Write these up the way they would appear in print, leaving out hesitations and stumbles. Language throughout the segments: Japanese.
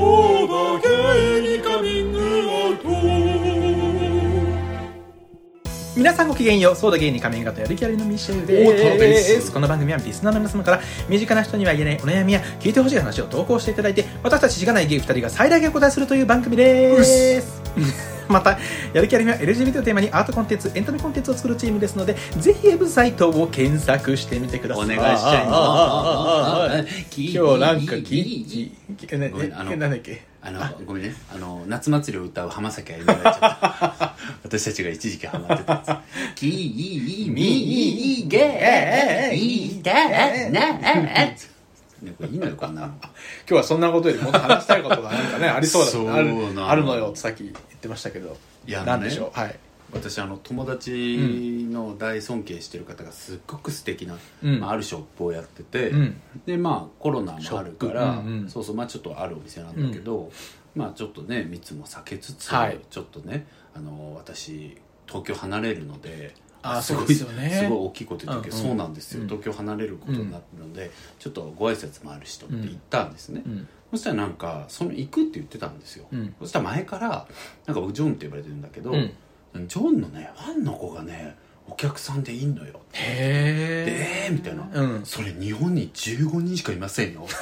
そうだゲイにカミングアウト。皆さんごきげんよう。そうだゲイにカミングアウトやる気ありのミシェルです。この番組はリスナーの皆様から身近な人には言えないお悩みや聞いてほしい話を投稿していただいて、私たちしがないゲイ2人が最大限お答えするという番組です。またやる気ありみは LGBT をテーマにアートコンテンツ、エンタメコンテンツを作るチームですので、ぜひウェブサイトを検索してみてください。 お願いしちゃいます。 今日なんかなんだっけ、 ごめんね、夏祭りを歌う浜崎あゆみがちゃった私たちが一時期ハマってたやつ。君がいたなね、これいいのよこんなの。 今日はそんなことよりもっと話したいことがなんかねありそうだ、あるのよってさっき言ってましたけど、 いやなんでしょう。はい。 私友達の大尊敬してる方がすっごく素敵な、あるショップをやってて、でコロナもあるから、そうそう、ちょっとあるお店なんだけど、ちょっとね密も避けつつ、ちょっとね私東京離れるので、すごい大きいこと言ってるけど、そうなんですよ、東京離れることになってるので、ちょっとご挨拶もある人って言ったんですね。そしたらなんか行くって言ってたんですよ。そしたら前からなんか僕ジョンって呼ばれてるんだけど、ジョンのねファンの子がねお客さんでいんのよ。へーみたいな、それ日本に15人しかいませんよ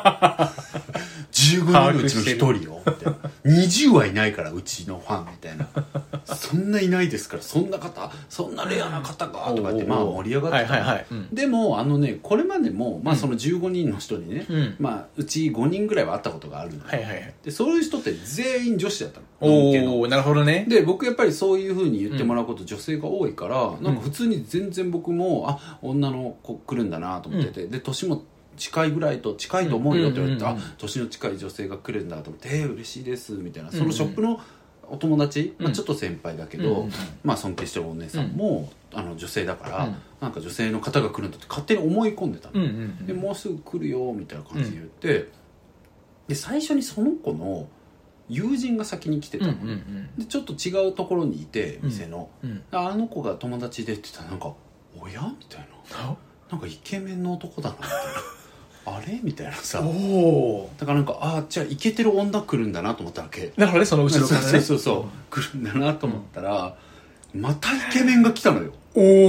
15人のうちの1人よって20はいないからうちのファンみたいなそんないないですから、そんな方、そんなレアな方がとかって盛り上がってたの。でもこれまでもその15人の人にね、うち5人ぐらいは会ったことがあるので、そういう人って全員女子だったの。 おお、なるほどね。 で僕やっぱりそういう風に言ってもらうこと女性が多いから、なんか普通に全然僕も女の子来るんだなと思ってて、で年も近いぐらいと近いと思うよって言われて、年の近い女性が来るんだと思って、嬉しいですみたいな。そのショップのお友達、ちょっと先輩だけど、尊敬してるお姉さんも、女性だから、なんか女性の方が来るんだって勝手に思い込んでたの。でもうすぐ来るよみたいな感じで言って、で最初にその子の友人が先に来てたの、でちょっと違うところにいて店の、あの子が友達でって言ったらなんか「おや?」みたいな、なんかイケメンの男だなみたいなあれみたいなさ、だからなんかじゃあイケてる女来るんだなと思ったわけ。 なるほどね、その後ろからね。 そう来るんだなと思ったら、またイケメンが来たのよ。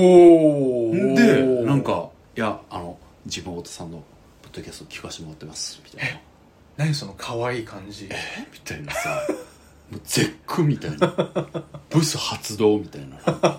でなんか「いや自分太田さんのポッドキャスト聞かせてもらってます」みたいな。 何その可愛い感じみたいなさもう絶句みたいなブス発動みたいな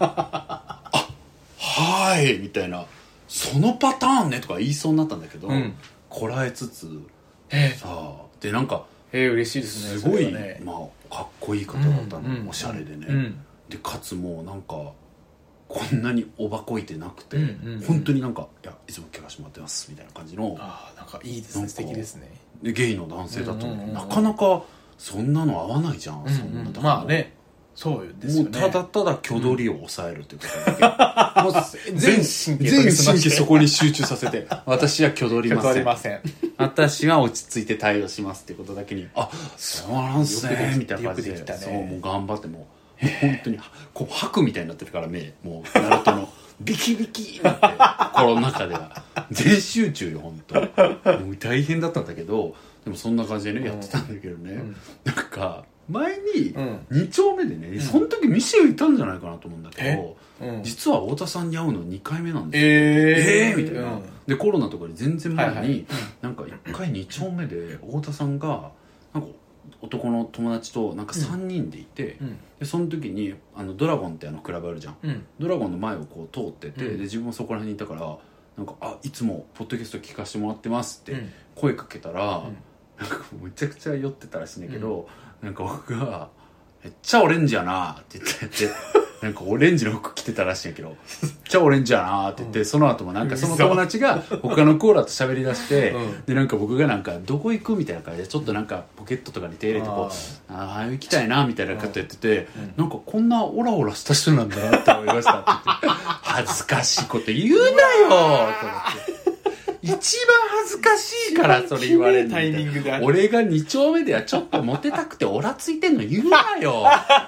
はいみたいな、そのパターンねとか言いそうになったんだけど、こらえつつさでなんか嬉しいですね。 すごいかっこいい方だったの、おしゃれでね、でかつもうなんかこんなにおばこいてなくて、本当になんか「いやいつも聞かせてもらってます」みたいな感じの、 なんかいいですね、素敵ですね。 でゲイの男性だとなかなかそんなの合わないじゃん。そんなね、そうですよね。 もうただただ挙取りを抑えるってことだけ、もう全神経そこに集中させて私は挙取りません私は落ち着いて対応しますってことだけに、そうなんすねみたいな感じで、そうもう頑張ってもう本当にこう吐くみたいになってるから、目もうナルトのビキビキになって心の中では全集中よ本当。もう大変だったんだけど、でもそんな感じでねやってたんだけどね、なんか前に2丁目でね、その時ミシェルいたんじゃないかなと思うんだけど、実は太田さんに会うの2回目なんですよ。みたいな。でコロナとかで全然前になんか1回2丁目で太田さんがなんか男の友達となんか3人でいて、でその時にドラゴンってクラブあるじゃん、ドラゴンの前をこう通ってて、で自分もそこら辺にいたからなんかいつもポッドキャスト聞かせてもらってますって声かけたら、なんかめちゃくちゃ酔ってたらしいんだけど、なんか僕がめっちゃオレンジやなって言ってなんかオレンジの服着てたらしいんやけどめっちゃオレンジやなって言って、その後もなんかその友達が他のコーラと喋り出して、でなんか僕がなんかどこ行くみたいな感じでちょっとなんかポケットとかに手入れてこう行きたいなみたいなことやってて、なんかこんなオラオラした人なんだなって思いましたって言って恥ずかしいこと言うなよと思って一番恥ずかしいからそれ言われるタイミングで、俺が2丁目ではちょっとモテたくてオラついてんの言うなよ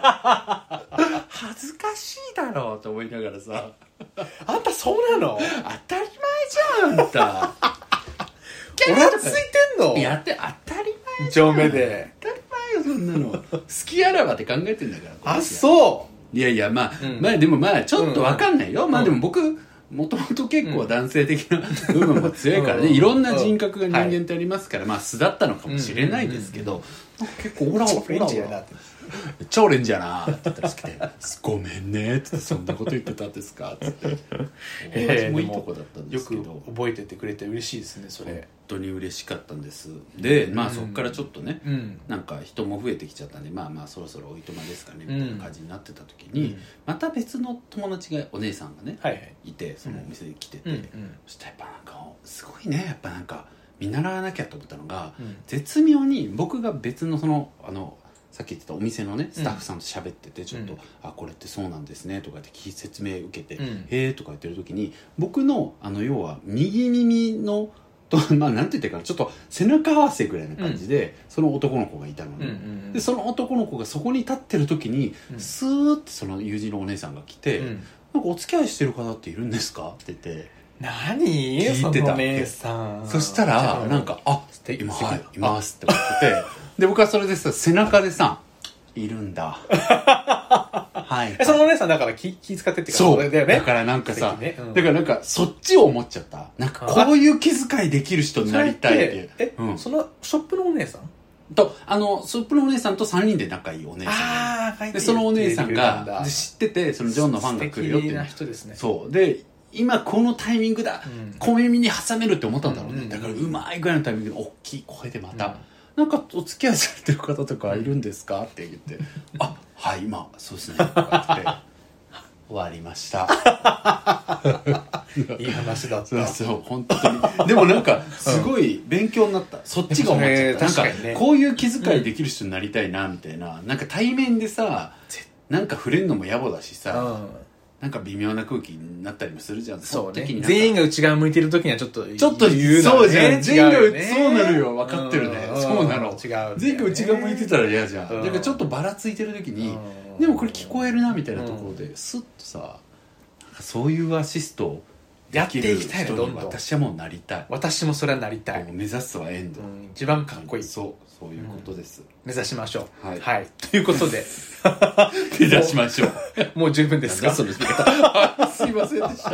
恥ずかしいだろうと思いながらさ、 あんたそうなの？ 当たり前じゃんあんたオラついてんの？ やって当たり 2丁目で当たり前よそんなの好きあらばって考えてんだからあそういやいやまあでもまあちょっとわかんないよ、まあでも僕もともと結構男性的な部分も強いからね、いろんな人格が人間ってありますから、まあ素だったのかもしれないですけど、結構オラオラ超レンジやなって言ったら好きで「ごめんね」ってそんなこと言ってたんですかって私もいいとこだったんですけど、 よく覚えててくれて嬉しいですねそれ。 本当に嬉しかったんです。でまあそこからちょっとね、なんか人も増えてきちゃったんでまあまあそろそろおいとまですかねみたいな感じになってた時に、また別の友達がお姉さんがね、いてそのお店に来てて、そしたらやっぱなんかすごいね、やっぱなんか見習わなきゃと思ったのが、絶妙に僕が別のそのさっき言ってたお店のねスタッフさんと喋っててちょっと「あこれってそうなんですね」とかって説明受けて「へえ」とか言ってる時に僕の要は右耳のまあなんて言ってかなちょっと背中合わせぐらいな感じで、その男の子がいたのね、でその男の子がそこに立ってる時に、スーってその友人のお姉さんが来て「なんかお付き合いしてる方っているんですか?」って言って何聞いてたそのお姉さん。 そしたらなんか「あ今はいいます」って思っててで僕はそれでさ背中でさ「いるんだ」はいそのお姉さんだから気遣ってってそうだよね。 だからなんかさ、だからなんかそっちを思っちゃった。なんかこういう気遣いできる人になりたいってそのショップのお姉さんとショップのお姉さんと3人で仲いいお姉さんでそのお姉さんが知っててそのジョンのファンが来るよって素敵な人ですね。 そうで今このタイミングだ、小耳に挟めるって思ったんだろうね、だからうまいぐらいのタイミングで大きい声でまた、なんかお付き合いされてる方とかいるんですかって言って「あはい今そうですね」とか言って終わりましたいい話だった。 そう本当にでもなんかすごい勉強になった、そっちが思っちゃった、なんかこういう気遣いできる人になりたいなみたいな、なんか対面でさなんか触れるのも野暮だしさ、なんか微妙な空気になったりもするじゃん。 そうね。全員が内側向いてる時にはちょっと言うそうじゃん。全員がそうなるよ。分かってるね。そうなの。 違う。 全員が内側向いてたら嫌じゃん。だからちょっとばらついてる時に、でもこれ聞こえるなみたいなところで、スッとさ、そういうアシストやっていきたいの、どんどん。 私はもうなりたい。 私もそれはなりたい。 目指すはエンド。 一番かっこいい。 そういうことです。 目指しましょう。はい。ということで。 目指しましょう。 もう十分ですか？ その言い方。すいませんでした。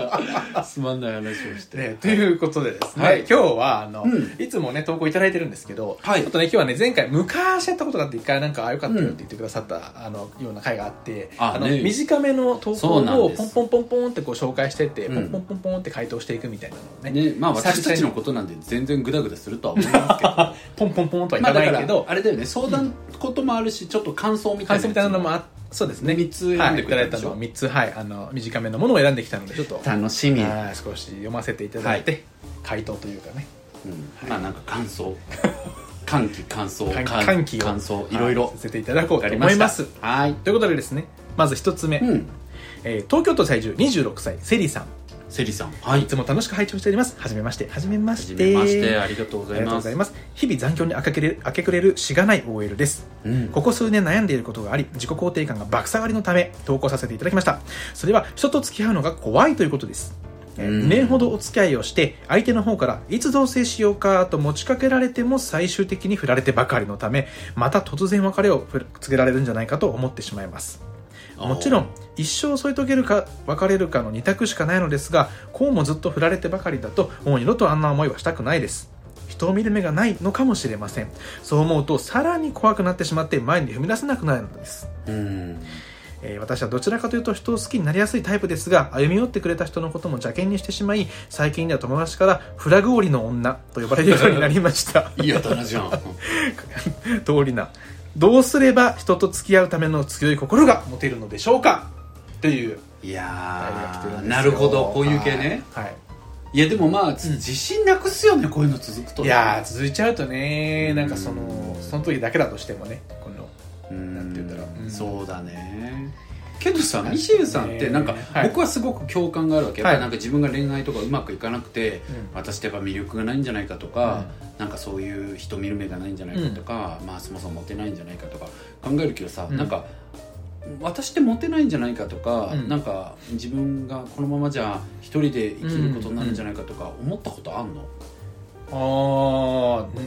つまんない話をして。 ということでですね、今日はいつもね、投稿いただいてるんですけど、ちょっとね、今日はね、前回昔やったことがあって一回なんか、良かったよって言ってくださったような回があって、短めの投稿をポンポンポンポンってこう紹介してって、ポンポンポンポンって回答していくみたいなのをね。 まあ私たちのことなんで全然グダグダするとは思いますけど、 ポンポンポンとはいかないけど、 あれだよね、相談こともあるし、ちょっと感想みたいなのもそうですね。 3つ選んでくれたでしょ。3つ、短めのものを選んできたので、ちょっと楽しみ。 少し読ませていただいて、回答というかね。 まあなんか感想、歓喜感想いろいろさせていただこうと思います。 はい。 ということでですね、まず1つ目、東京都在住26歳セリさん。 セリさん、 いつも楽しく拝聴しております。はじめまして。 ありがとうございます。 日々残業に明け暮れるしがない OL です。ここ数年悩んでいることがあり、自己肯定感が爆下がりのため投稿させていただきました。それは人と付き合うのが怖いということです。2年ほどお付き合いをして相手の方からいつ同棲しようかと持ちかけられても最終的に振られてばかりのため、また突然別れを告げられるんじゃないかと思ってしまいます。もちろん一生添い遂げるか別れるかの2択しかないのですが、こうもずっと振られてばかりだともう二度とあんな思いはしたくないです。人を見る目がないのかもしれません。そう思うとさらに怖くなってしまって前に踏み出せなくなるのです。私はどちらかというと人を好きになりやすいタイプですが、歩み寄ってくれた人のことも邪険にしてしまい、最近では友達からフラグ折りの女と呼ばれるようになりましたいいあだ名じゃん通りな。どうすれば人と付き合うための強い心が持てるのでしょうかっていう。 いやー、なるほど、こういう系ね。いやでもまあ、自信なくすよね、こういうの続くと。 いや続いちゃうとね、なんかその時だけだとしてもね、このなんて言うんだろう、 そうだね。けどさ、ミシェルさんってなんか、僕はすごく共感があるわけ。やっぱなんか自分が恋愛とかうまくいかなくて、私ってやっぱ魅力がないんじゃないかとか、なんかそういう人見る目がないんじゃないかとか、まあそもそもモテないんじゃないかとか考えるけどさ、なんか私ってモテないんじゃないかとか、なんか自分がこのままじゃ一人で生きることになるんじゃないかとか思ったことあんの？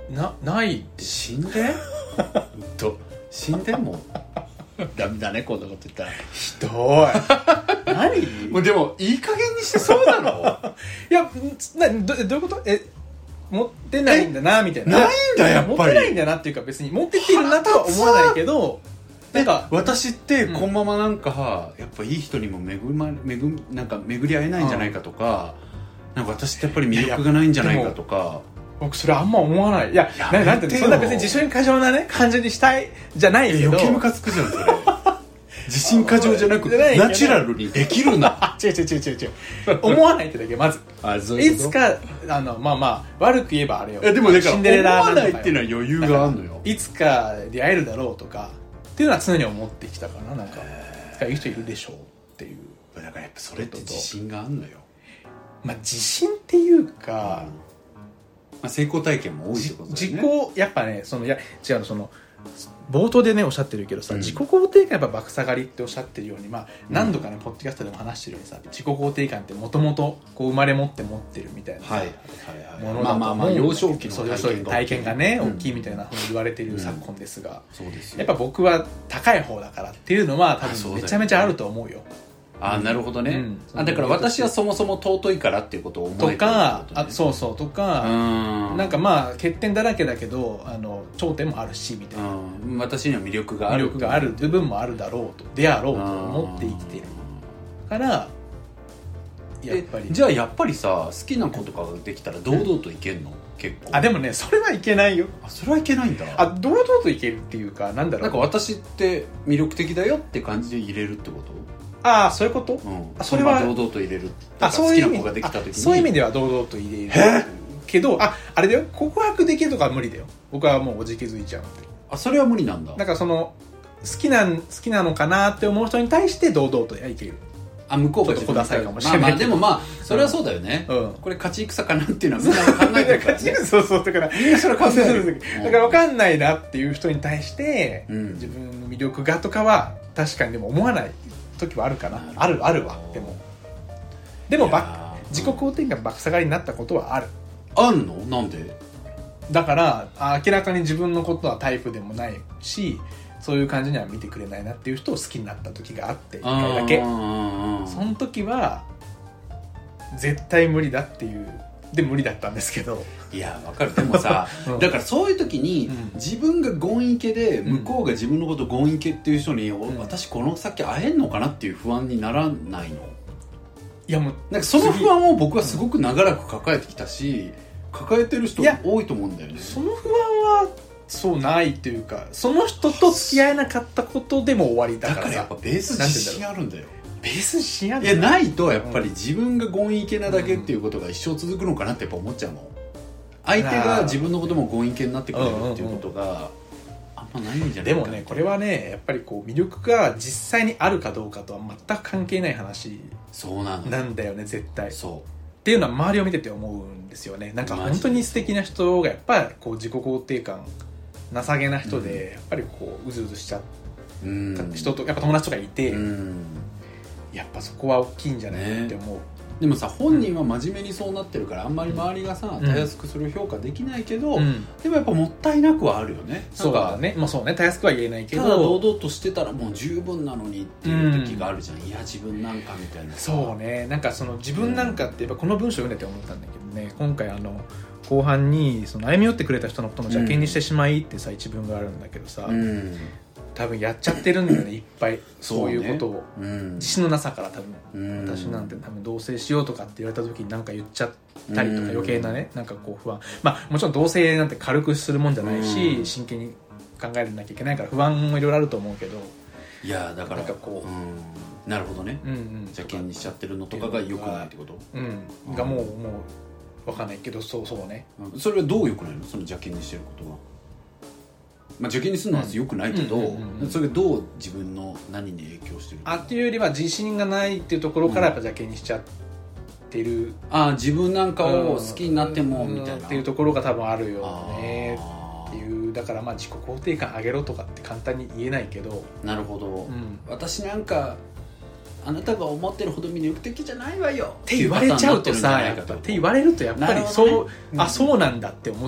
ないって。 死んで死んでもダメだね、こんなこと言ったら。 ひどい。何もうでもいい加減にしてそうなのいや、どういうこと？持ってないんだなみたいな。 ないんだ、やっぱり持ってないんだなっていうか、別に持ってってるなとは思わないけど、なんか私ってこのままなんかやっぱいい人にもなんか巡り合えないんじゃないかとか、なんか私ってやっぱり魅力がないんじゃないかとか。 僕それあんま思わない。いや、なんてそんな別に自信過剰なね感じにしたいじゃないけど。 余計ムカつくじゃんそれ。自信過剰じゃなくナチュラルにできるな。 違う思わないってだけ。まずいつかまあ悪く言えばあれよ。 でもだから思わないっていうのは余裕があるのよ。 いつか出会えるだろうとかっていうのは常に思ってきたかな。なんかいいう人いるでしょうっていう。 だからやっぱそれって自信があんのよ。 まあ自信っていうか、 成功体験も多いってことだよね。 やっぱね、違う冒頭でねおっしゃってるけどさ、自己肯定感やっぱ爆下がりっておっしゃってるように、何度かねポッドキャストでも話してるようにさ、自己肯定感ってもともと生まれ持って持ってるみたいなものだと思う。 幼少期の体験がね大きいみたいなふうに言われている昨今ですが、 そうですよ。 やっぱ僕は高い方だからっていうのは多分めちゃめちゃあると思うよ。 なるほどね。だから私はそもそも尊いからっていうことを思えてるとか、そうとか、なんか欠点だらけだけど頂点もあるしみたいな。 私には魅力がある部分もあるだろうとであろうと思って生きてるからやっぱり。 じゃあやっぱりさ、好きな子とかができたら堂々といけんの？結構。 でもねそれはいけないよ。 それはいけないんだ。 堂々といけるっていうか、なんだろう。 なんか私って魅力的だよって感じで入れるってこと？ そういうこと？ それは堂々と入れる。好きな子ができた時にそういう意味では堂々と入れるけど、あれだよ、告白できるとかは無理だよ。僕はもうおじけづいちゃうんで。 それは無理なんだ。 なんか好きなのかなって思う人に対して堂々といける。 向こうがちょっと小さいかもしれないけど、 でもそれはそうだよね。これ勝ち戦かなっていうのはみんな考えてるからね。 そうだからみんなそれ考えてる。だから分かんないなっていう人に対して自分の魅力がとかは確かにでも思わない時はあるかな。あるわ。でも自己肯定感爆下がりになったことはある。 あるの？なんで？だから明らかに自分のことはタイプでもないし、そういう感じには見てくれないなっていう人を好きになった時があって、1回だけ。その時は絶対無理だっていうで無理だったんですけど。 いや分かる。でもさ、だからそういう時に自分がゴンイケで向こうが自分のことゴンイケっていう人に、私この先会えんのかなっていう不安にならないの？いやもうなんかその不安を僕はすごく長らく抱えてきたし、抱えてる人多いと思うんだよね。 その不安はそうないっていうか、その人と付き合えなかったことでも終わりだからさ。 だからやっぱベース自信あるんだよ。 ベース自信あるんだよ。ないとやっぱり自分がゴンイケなだけっていうことが一生続くのかなってやっぱ思っちゃうの。相手が自分のこともゴンイケになってくれるっていうことがあんまないんじゃないか。 でもねこれはねやっぱり魅力が実際にあるかどうかとは全く関係ない話なんだよね絶対。そうっていうのは周りを見てて思うんですよね。なんか本当に素敵な人がやっぱり自己肯定感なさげな人でやっぱりうずうずしちゃった人とやっぱ友達とかいて、やっぱそこは大きいんじゃないかって思う。 でもさ本人は真面目にそうなってるからあんまり周りがさたやすくする評価できないけど、でもやっぱもったいなくはあるよね。 そうだね。そうね、たやすくは言えないけど、 ただ堂々としてたらもう十分なのにっていう時があるじゃん。いや自分なんかみたいな。 そうね、なんか自分なんかってやっぱこの文章を読んでて思ったんだけどね、今回後半に歩み寄ってくれた人のことも邪険にしてしまいってさ一文があるんだけどさ、多分やっちゃってるんだよねいっぱいそういうことを、自信のなさから多分、私なんて多分同棲しようとかって言われた時に何か言っちゃったりとか余計なねなんか不安、もちろん同棲なんて軽くするもんじゃないし、真剣に考えなきゃいけないから不安もいろいろあると思うけど、 いやだからなんかなるほどね、邪険にしちゃってるのとかが良くないってこと、がもう分かんないけどそうね、 それはどう良くないの？その邪険にしてることは。邪険にするのは良くないけど、それがどう自分の何に影響してるっていうよりは自信がないっていうところからやっぱ邪険にしちゃってる、 自分なんかを好きになってもみたいなっていうところが多分あるよねっていう。だから自己肯定感上げろとかって簡単に言えないけど。 なるほど、私なんかあなたが思ってるほど魅力的じゃないわよって言われちゃうとさ、って言われるとやっぱりそう、そうなんだって思っ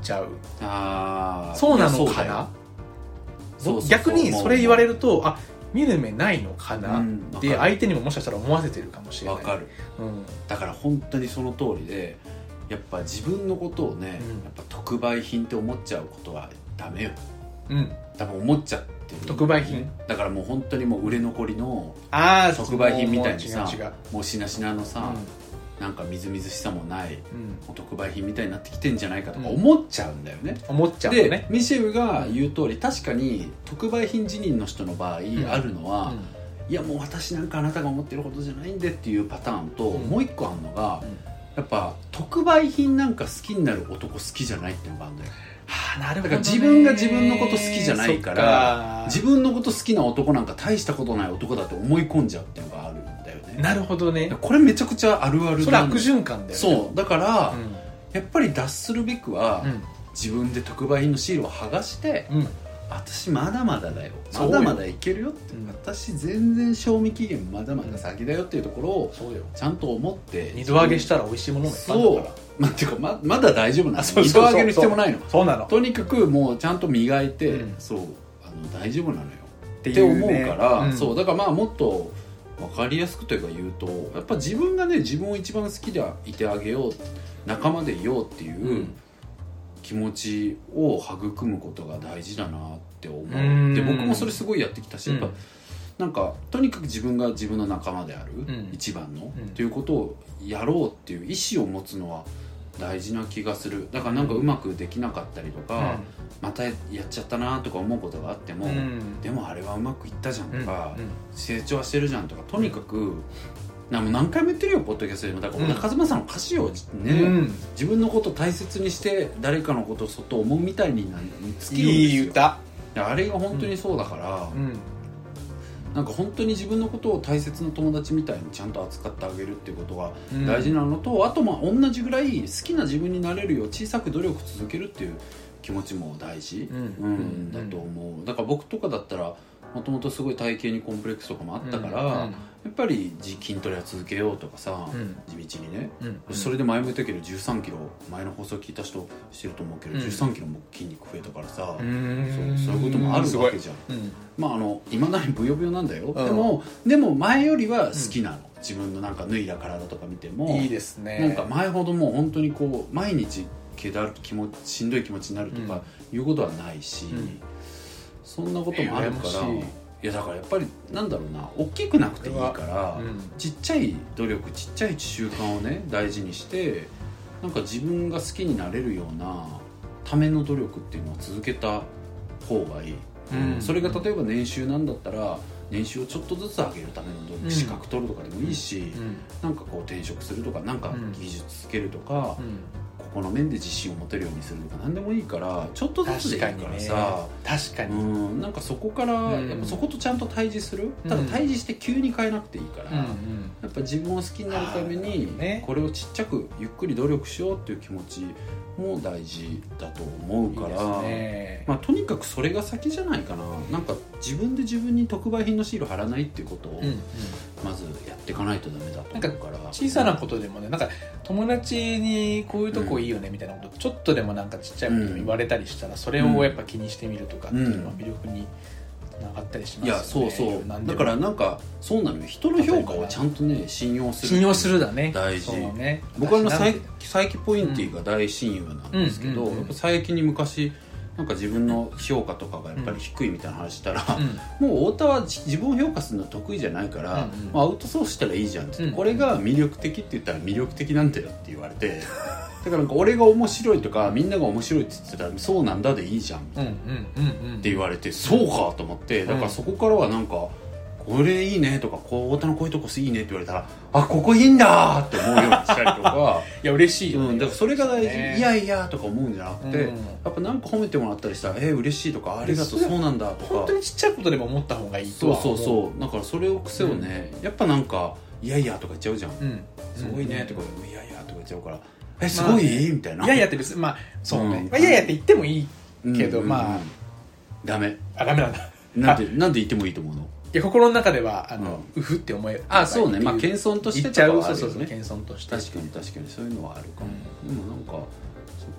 ちゃう。 そうなのかな。逆にそれ言われると、あ、見る目ないのかなって相手にももしかしたら思わせてるかもしれない。 わかる、だから本当にその通りで、やっぱ自分のことをね、やっぱ特売品って思っちゃうことはダメよ。多分思っちゃってる。 特売品だからもう本当にもう売れ残りの特売品みたいにさ、もうしなしなのさ、なんかみずみずしさもない、特売品みたいになってきてんじゃないかとか思っちゃうんだよね。 思っちゃうね。 でミシェルが言う通り、確かに特売品辞任の人の場合あるのは、いやもう私なんかあなたが思ってるほどじゃないんでっていうパターンと、もう一個あるのが、やっぱ特売品なんか好きになる男好きじゃないっていうのがあるんだよ。 なるほどね。 だから自分が自分のこと好きじゃないから、自分のこと好きな男なんか大したことない男だと思い込んじゃうっていうのがあるんだよね。 なるほどね。 これめちゃくちゃあるある。 それ悪循環だよね。 そうだから、やっぱり脱するべくは、自分で特売品のシールを剥がして、私まだまだだよ、まだまだいけるよって、私全然賞味期限まだまだ先だよっていうところをちゃんと思って、 二度揚げしたら美味しいものもいっぱいあるから、 てか まだ大丈夫なの。二度揚げる必要もないの。 そうなの。 とにかくもうちゃんと磨いて、そう大丈夫なのよって思うから、そうだからまあもっと分かりやすくというか言うと、やっぱ自分がね、自分を一番好きでいてあげよう、仲間でいようっていう気持ちを育むことが大事だなって思う。で僕もそれすごいやってきたし、やっぱなんかとにかく自分が自分の仲間である、一番のっていうことをやろうっていう意思を持つのは大事な気がする。だからなんかうまくできなかったりとか、またやっちゃったなとか思うことがあっても、でもあれはうまくいったじゃんとか、成長はしてるじゃんとか、とにかく何回も言ってるよポッドキャストでも。だから小田和正さんの歌詞をね、自分のことを大切にして誰かのことをそっと思うみたいに尽きるんですよ。いい歌。あれが本当にそうだから、なんか本当に自分のことを大切な友達みたいにちゃんと扱ってあげるっていうことが大事なのと、あとまあ同じぐらい好きな自分になれるよう小さく努力続けるっていう気持ちも大事だと思う。だから僕とかだったらもともとすごい体型にコンプレックスとかもあったから、やっぱり筋トレは続けようとかさ、地道にね、それで前も言ったけど13キロ、前の放送聞いた人してると思うけど、13キロも筋肉増えたからさ、そういうこともあるわけじゃん。まあいまだにブヨブヨなんだよ、でも前よりは好きなの、自分のなんか脱いだ体とか見てもいいですね。 なんか前ほどもう本当にこう毎日気だるしんどい気持ちになるとかいうことはないし、そんなこともあるから、いやだからやっぱりなんだろうな、大きくなくていいから、ちっちゃい努力、ちっちゃい習慣をね大事にして、なんか自分が好きになれるようなための努力っていうのを続けた方がいい。それが例えば年収なんだったら年収をちょっとずつ上げるための努力、資格取るとかでもいいし、なんかこう転職するとか、なんか技術つけるとか、この面で自信を持てるようにするとか何でもいいから、ちょっとずつでいいからさ、 確かに、 なんかそこからやっぱそことちゃんと対峙する、ただ対峙して急に変えなくていいから、やっぱ自分を好きになるためにこれをちっちゃくゆっくり努力しようっていう気持ちも大事だと思うから、まあとにかくそれが先じゃないかな。なんか自分で自分に特売品のシール貼らないっていうことをまずやっていかないとダメだと思うから、 小さなことでもね、なんか友達にこういうとこいいよねみたいなこと、ちょっとでもなんかちっちゃいこと言われたりしたら、それをやっぱ気にしてみるとかっていうのは魅力につながったりしますよね。 いやそうだからなんかそうなのよ、人の評価をちゃんとね信用するだね、 大事。 ね、 僕は佐伯ポインティが大親友なんですけど、やっぱ佐伯に昔なんか自分の評価とかがやっぱり低いみたいな話したら、もう太田は自分を評価するの得意じゃないから、アウトソースしたらいいじゃんって、これが魅力的って言ったら魅力的なんだよって言われて、だからなんか俺が面白いとかみんなが面白いって言ってたらそうなんだでいいじゃんって言われて、そうかと思って、だからそこからはなんかこれいいねとか、太田のこういうとこいいねって言われたら、あ、ここいいんだって思うようにしたりとかいや嬉しいよね、 だからそれが大事、いやいやとか思うんじゃなくて、やっぱなんか褒めてもらったりしたら嬉しいとか、ありがとう、そうなんだとか、 本当にちっちゃいことでも思った方がいいとは思う。 そうだからそれを癖をね、やっぱなんかいやいやとか言っちゃうじゃん、すごいねとか、いやいやとか言っちゃうから、すごいみたいな、 いやいやって別にまあそうね、いやいやって言ってもいいけど、まあダメなんだ。 なんで言ってもいいと思うの？ いや心の中ではうふって思える。 そうね、まあ謙遜としてとかはあるよね。謙遜として確かにそういうのはあるかも。でもなんかそ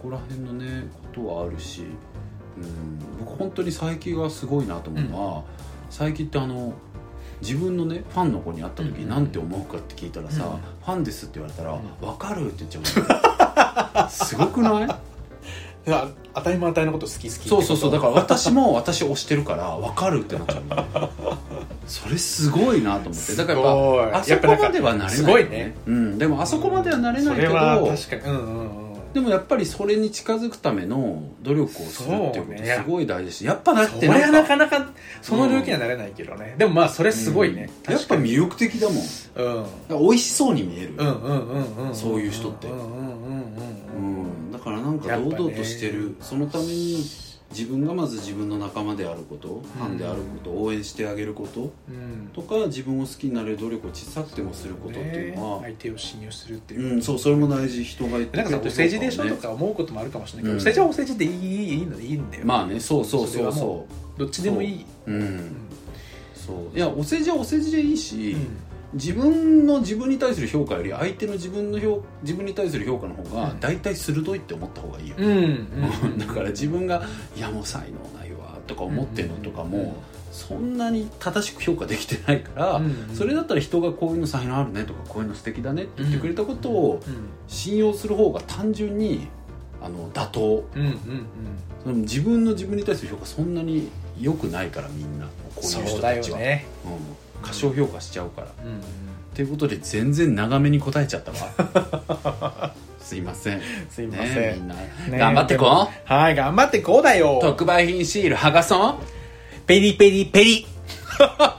こら辺のねことはあるし、僕本当に佐伯がすごいなと思うのは、佐伯って自分のねファンの子に会った時に何て思うかって聞いたらさ、ファンですって言われたら、分かるって言っちゃうすごくない？ 当たり前のこと好きそうだから私も私推してるから分かるってなっちゃうそれすごいなと思って。だからやっぱあそこまではなれない、 すごいね、 でもあそこまではなれないけど、 それは確かに、 でもやっぱりそれに近づくための努力をするっていうことすごい大事だし、やっぱだってそれはなかなかその領域にはなれないけどね、でもまあそれすごいね、 やっぱ魅力的だもん、美味しそうに見える、そういう人って、だからなんか堂々としてる、そのために自分がまず自分の仲間であること、ファンであること、応援してあげることとか、自分を好きになれる努力を小さくてもすることっていうのは、 相手を信用するっていう、 そう、それも大事。人が言ってくれてる、 なんかお世辞でしょとか思うこともあるかもしれないけど、お世辞はお世辞でいいんだよ。 まあね、そうどっちでもいい。 そういや、お世辞はお世辞でいいし、自分に対する評価より相手の自分に対する評価の方が大体鋭いって思った方がいいよ、だから自分がいやもう才能ないわとか思ってるのとかもそんなに正しく評価できてないから、それだったら人がこういうの才能あるねとかこういうの素敵だねって言ってくれたことを信用する方が単純に妥当、自分に対する評価そんなに良くないから、みんなこういう人たちは、過小評価しちゃうから、ということで全然長めに答えちゃったわすいません、みんな、頑張ってこう。 はい、頑張ってこうだよ。 特売品シール剥がそうペリペリペリじ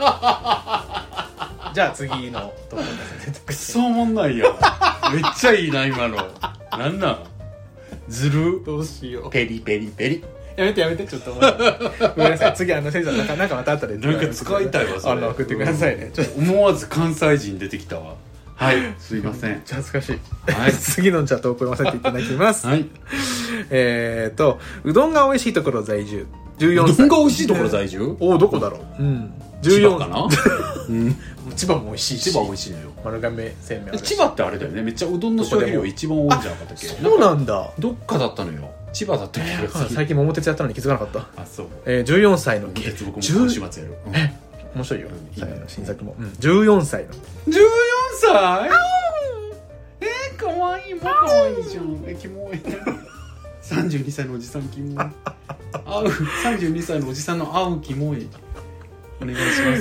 ゃあ次のところですね。 くそおもんないよめっちゃいいな今の。なんなんずる。 どうしよう。 ペリペリペリ。 やめてちょっとごめんなさい。次先生なんかまた後でなんか使いたいわそれ。 送ってくださいね。 思わず関西人出てきたわ。はい、すいません。 恥ずかしい。はい、次のじゃあ投稿読ませていただきます。はい。うどんが美味しいところ在住。14歳。 うどんが美味しいところ在住？ どこだろう。 千葉かな？ 千葉も美味しいし。 千葉美味しいのよ。 丸亀製麺。 千葉ってあれだよね。めっちゃうどんの消費量一番多いんじゃなかったっけ？ そうなんだ。 どっかだったのよ。千葉だったっけ？ 最近桃鉄やったのに気づかなかった。 あ、そう。 14歳の桃鉄僕も今週末やる。 面白いよ。新作も。14歳の。 14歳？かわいい。もうかわいいじゃん。キモい。32歳のおじさんキモい。32歳のおじさんの会うキモい。お願いします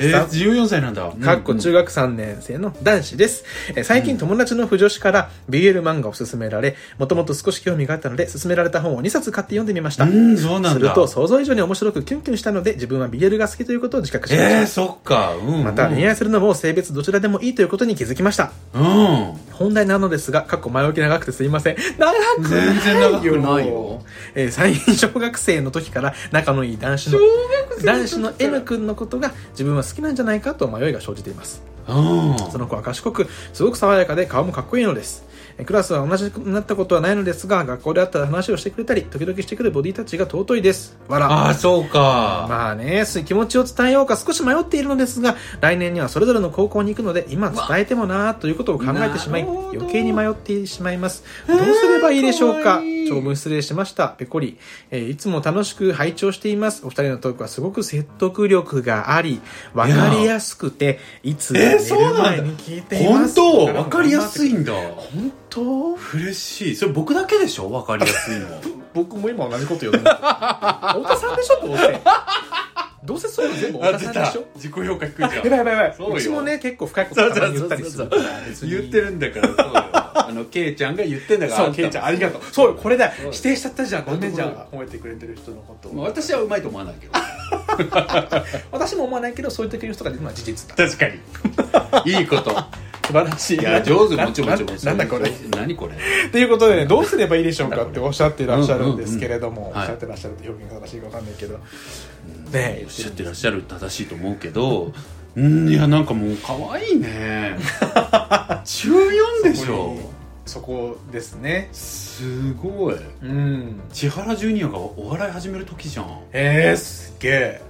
。14歳なんだ。 かっこ中学3年生の男子です。最近友達の不女子から BL 漫画を勧められ、もともと少し興味があったので勧められた本を2冊買って読んでみました。 そうなんだ。 すると想像以上に面白くキュンキュンしたので、自分は BL が好きということを自覚しました。 そっか。 また恋愛するのも性別どちらでもいいということに気づきました。本題なのですが、かっこ前置き長くてすいません。 全然長くないよ。 最近小学生の時から仲のいい男子の N 君のことが自分は好きなんじゃないかと迷いが生じています。その子は賢くすごく爽やかで顔もかっこいいのです。クラスは同じになったことはないのですが、学校であったら話をしてくれたり時々してくるボディタッチが尊いです。 そうか。 まあね、気持ちを伝えようか少し迷っているのですが、来年にはそれぞれの高校に行くので今伝えてもなということを考えてしまい、余計に迷ってしまいます。どうすればいいでしょうか。長文失礼しました。ペコリ。いつも楽しく拝聴しています。お二人のトークはすごく説得力があり、わかりやすくて、いつも寝る前に聞いています。 本当わかりやすいんだ。 本当嬉しい。それ僕だけでしょわかりやすいの。 僕も今同じこと言うの。太田さんでしょどうせそういうの全部太田さんでしょ。 自己評価低いじゃん。 やばい。うちもね、結構深いこと言ったりするから。 言ってるんだからそうよ。ケイちゃんが言ってんだから。 そう、ケイちゃんありがとう。そうよ、これだ。否定しちゃったじゃん。ごめんじゃん。褒めてくれてる人のことを。 私はうまいと思わないけど。 私も思わないけど、そういう時の人がいるのは事実だ。 確かに。いいこと。 素晴らしい。 いや、上手、もちろん。 なんだこれ。 何これ。 ということでね、どうすればいいでしょうかっておっしゃってらっしゃるんですけれども、おっしゃってらっしゃるって表現が正しいかわかんないけど。 ね、おっしゃってらっしゃる正しいと思うけど、いや、なんかもう可愛いね。14でしょ。 そこですね。 すごい。千原ジュニアがお笑い始める時じゃん。 すげえ。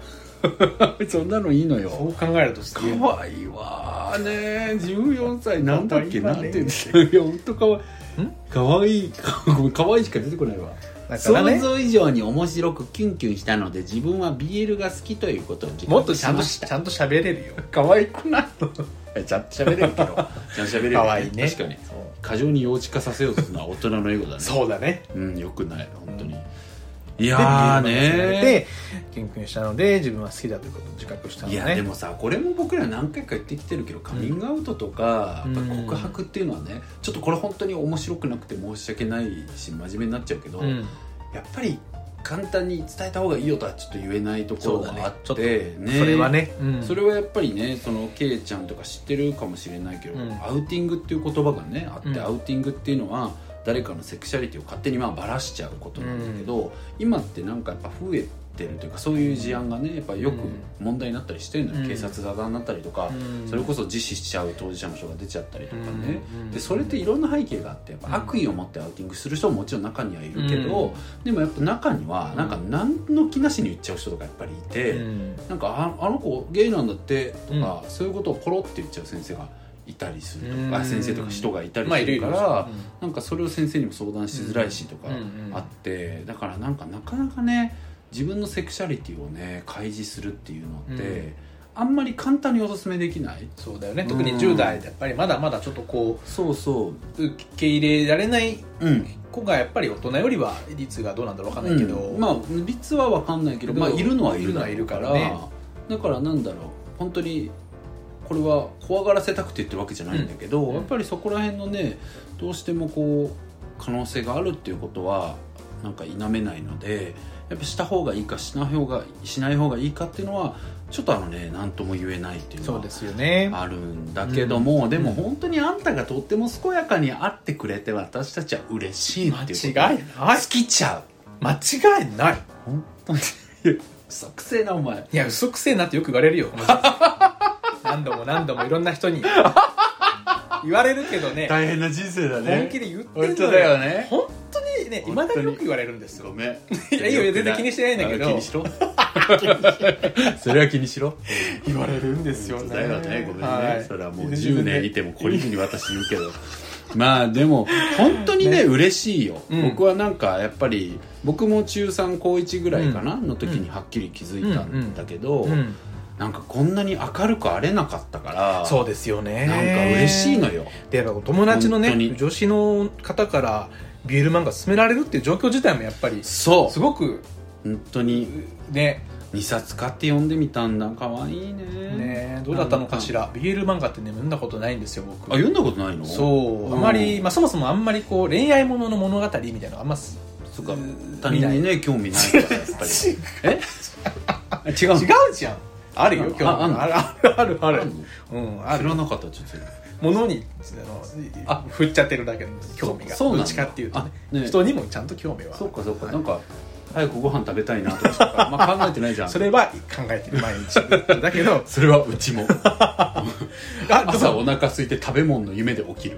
そんなのいいのよ。 そう考えるとすげえかわいいわね。14歳なんだっけ、なんて言うんですか。本当かわいい。かわいいしか出てこないわ。想像以上に面白くキュンキュンしたので自分は BL が好きということを自もっとちゃんと喋れるよ。 可愛くないちゃんと喋れるけどちゃんと喋れる、ね、 可愛いね。 確かに過剰に幼稚化させようとするのは大人のエゴだね。 そうだね。 よくない本当に。いやーねでキュンキュンしたので自分は好きだということを自覚したのね。 いやでもさこれも僕ら何回か言ってきてるけどカミングアウトとか、やっぱ告白っていうのはねちょっとこれ本当に面白くなくて申し訳ないし真面目になっちゃうけど、やっぱり簡単に伝えた方がいいよとはちょっと言えないところがあって、ね、 それはね、 それはやっぱりねそのケイちゃんとか知ってるかもしれないけど、アウティングっていう言葉がねあって、アウティングっていうのは誰かのセクシャリティを勝手にバラしちゃうことなんだけど、今ってなんかやっぱ増えてるというかそういう事案がねやっぱよく問題になったりしてるのよ、警察沙汰になったりとか、それこそ自死しちゃう当事者の人が出ちゃったりとかね、でそれっていろんな背景があってやっぱ悪意を持ってアウティングする人ももちろん中にはいるけど、でもやっぱ中にはなんか何の気なしに言っちゃう人とかやっぱりいて、なんかあの子ゲイなんだってとか、そういうことをポロって言っちゃう先生がいたりするとか、先生とか人がいたりするから、なんかそれを先生にも相談しづらいしとかあって、だからなんかなかなかね自分のセクシャリティをね開示するっていうのって、あんまり簡単におすすめできない。 そうだよね。特に10代でやっぱりまだまだちょっとこう受け入れられない子がやっぱり大人よりは率がどうなんだろう分かんないけど、 率は分かんないけど、いるのはいるからね。だからなんだろう本当にこれは怖がらせたくて言ってるわけじゃないんだけど、やっぱりそこら辺のねどうしてもこう可能性があるっていうことはなんか否めないので、やっぱした方がいいかしない方がいいかっていうのはちょっと何とも言えないっていうのはあるんだけども、でも本当にあんたがとっても健やかに会ってくれて私たちは嬉しいっていうこと。 間違いない。 好きちゃう。 間違いない。 本当に嘘くせえなお前。 いや嘘くせえなってよく言われるよ何度も何度もいろんな人に言われるけどね。 大変な人生だね。 本気で言ってんのよ。 本当だよね。 本当にね、未だによく言われるんですよ。 ごめん。 いやいいよ全然気にしてないんだけど。 気にしろ。それは気にしろ。 言われるんですよね。 だよね。ごめんね。それはもう10年いても懲りずに私言うけど。まあでも本当にね嬉しいよ。僕はなんかやっぱり僕も中3高1ぐらいかなの時にはっきり気づいたんだけど。なんかこんなに明るくあれなかったから。 そうですよね。 なんか嬉しいのよ。 でお友達のね女子の方からBL漫画勧められるっていう状況自体もやっぱりすごく本当にね 2冊買って読んでみたんだ。かわいいね。 どうだったのかしら。BL漫画ってね読んだことないんですよ僕。 あ読んだことないの。 そうあまり、そもそもあんまりこう恋愛ものの物語みたいなのあんまそうか他人にね興味ないからやっぱり違うじゃん。あるよ興味あるある知らなかった。ちょっと物に振っちゃってるだけの興味がどっちかっていうとね人にもちゃんと興味は。 そうかなんか早くご飯食べたいなとか考えてないじゃん。 それは考えてる毎日だけどそれはうちも朝お腹空いて食べ物の夢で起きる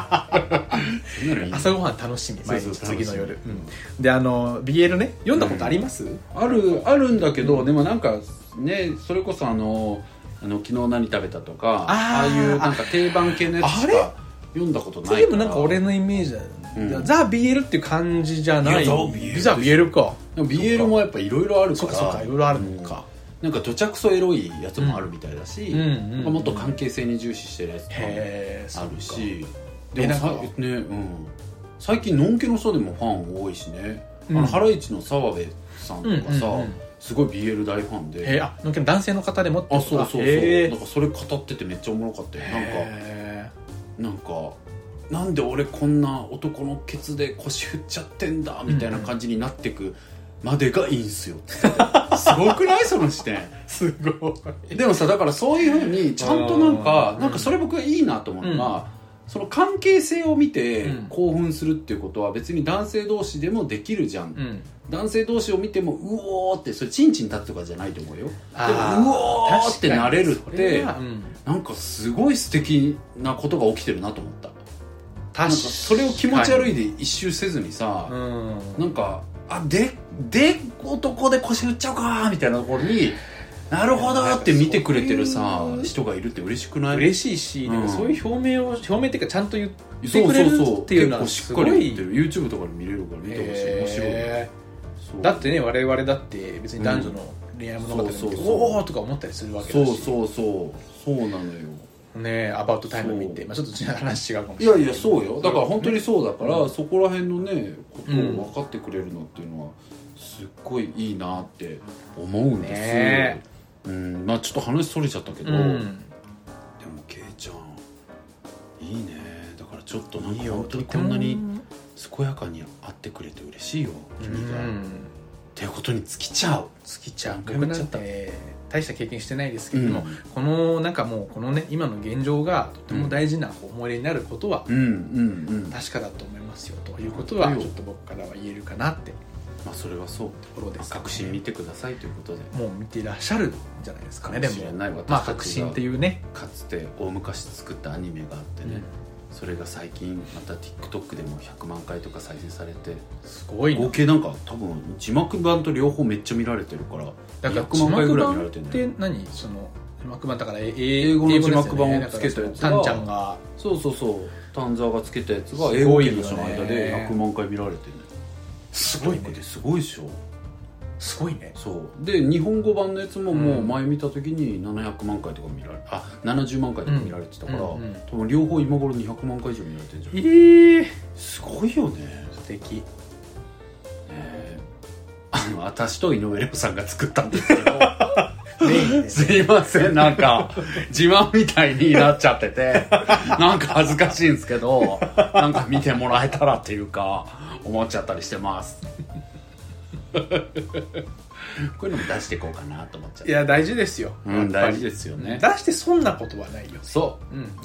朝ごはん楽しみ毎日次の夜でBL ね読んだことあります？ あるんだけどでもなんかねそれこそ昨日何食べたとかああいうなんか定番系のやつしか読んだことないから。 でもなんか俺のイメージだよ、ザ・ BL っていう感じじゃない。ザ・ BL か。 でも BL もやっぱいろいろあるから。 そうかいろいろあるのか。 なんかどちゃくそエロいやつもあるみたいだし、もっと関係性に重視してるやつもあるし、でも最近のんけの人でもファン多いしね。ハライチの澤部さんとかさ、すごい BL 大ファンで。 のんけの男性の方でもってこと。 そうなんかそれ語っててめっちゃおもろかったよ。なんかなんで俺こんな男のケツで腰振っちゃってんだみたいな感じになってくまでがいいんすよってすごくないその視点。 すごい。 でもさだからそういう風にちゃんとなんかそれ僕いいなと思うのは、その関係性を見て興奮するっていうことは別に男性同士でもできるじゃん、男性同士を見てもうおーってそれチンチン立つとかじゃないと思うよ。でもうおーってなれるってなんかすごい素敵なことが起きてるなと思った。なんかそれを気持ち悪いで一周せずにさ、なんかで男で腰振っちゃうかみたいなところになるほどって見てくれてるさ人がいるって嬉しくない？ 嬉しいし、なんかそういう表明っていうかちゃんと言ってくれるっていうのはすごい、 結構しっかり言ってる。 YouTube とかで見れるから見てほしい、面白い。そうだってね、我々だって別に男女の恋愛物語で見ておーとか思ったりするわけだし、 そうなのよね。アバウトタイム見て、ちょっと話違うかもしれない。 いやそうよ、だから本当にそうだから、そこら辺のねことを分かってくれるのっていうのはすっごいいいなって思うんですよ、 ね。 まあちょっと話それちゃったけど、でもケイちゃんいいね。だからちょっとなんか本当にこんなに健やかに会ってくれて嬉しいよ君が、っていうことに尽きちゃう。 僕なんて大した経験してないですけども、このなんかもうこのね今の現状がとても大事な思い出になることは確かだと思いますよということはちょっと僕からは言えるかなって。 まあそれはそうところです、確信見てくださいということで、 もう見ていらっしゃるんじゃないですかね。でも確信っていうね、 かつて大昔作ったアニメがあってね、それが最近また TikTok でも100万回とか再生されて、 すごい合計なんか多分字幕版と両方めっちゃ見られてるから、 だから 100万回ぐらい見られてるね。 字幕版って何？その字幕版だから英語の字幕版をつけたやつが、 タンちゃんがそうタンザーがつけたやつが英語圏の人の間で100万回見られてるね。 すごいね。 すごいでしょ。 すごいね。 そうで日本語版のやつももう前見た時に700万回とか見られ、70万回とか見られてたから、多分両方今頃200万回以上見られてるんじゃん。すごいよね。 素敵。 私と井上涼さんが作ったんですけどすいません、なんか自慢みたいになっちゃっててなんか恥ずかしいんですけど、なんか見てもらえたらっていうか思っちゃったりしてますこういうのも出していこうかなと思っちゃって。 いや大事ですよ、 大事ですよね。 出して損なことはないよ。 そう、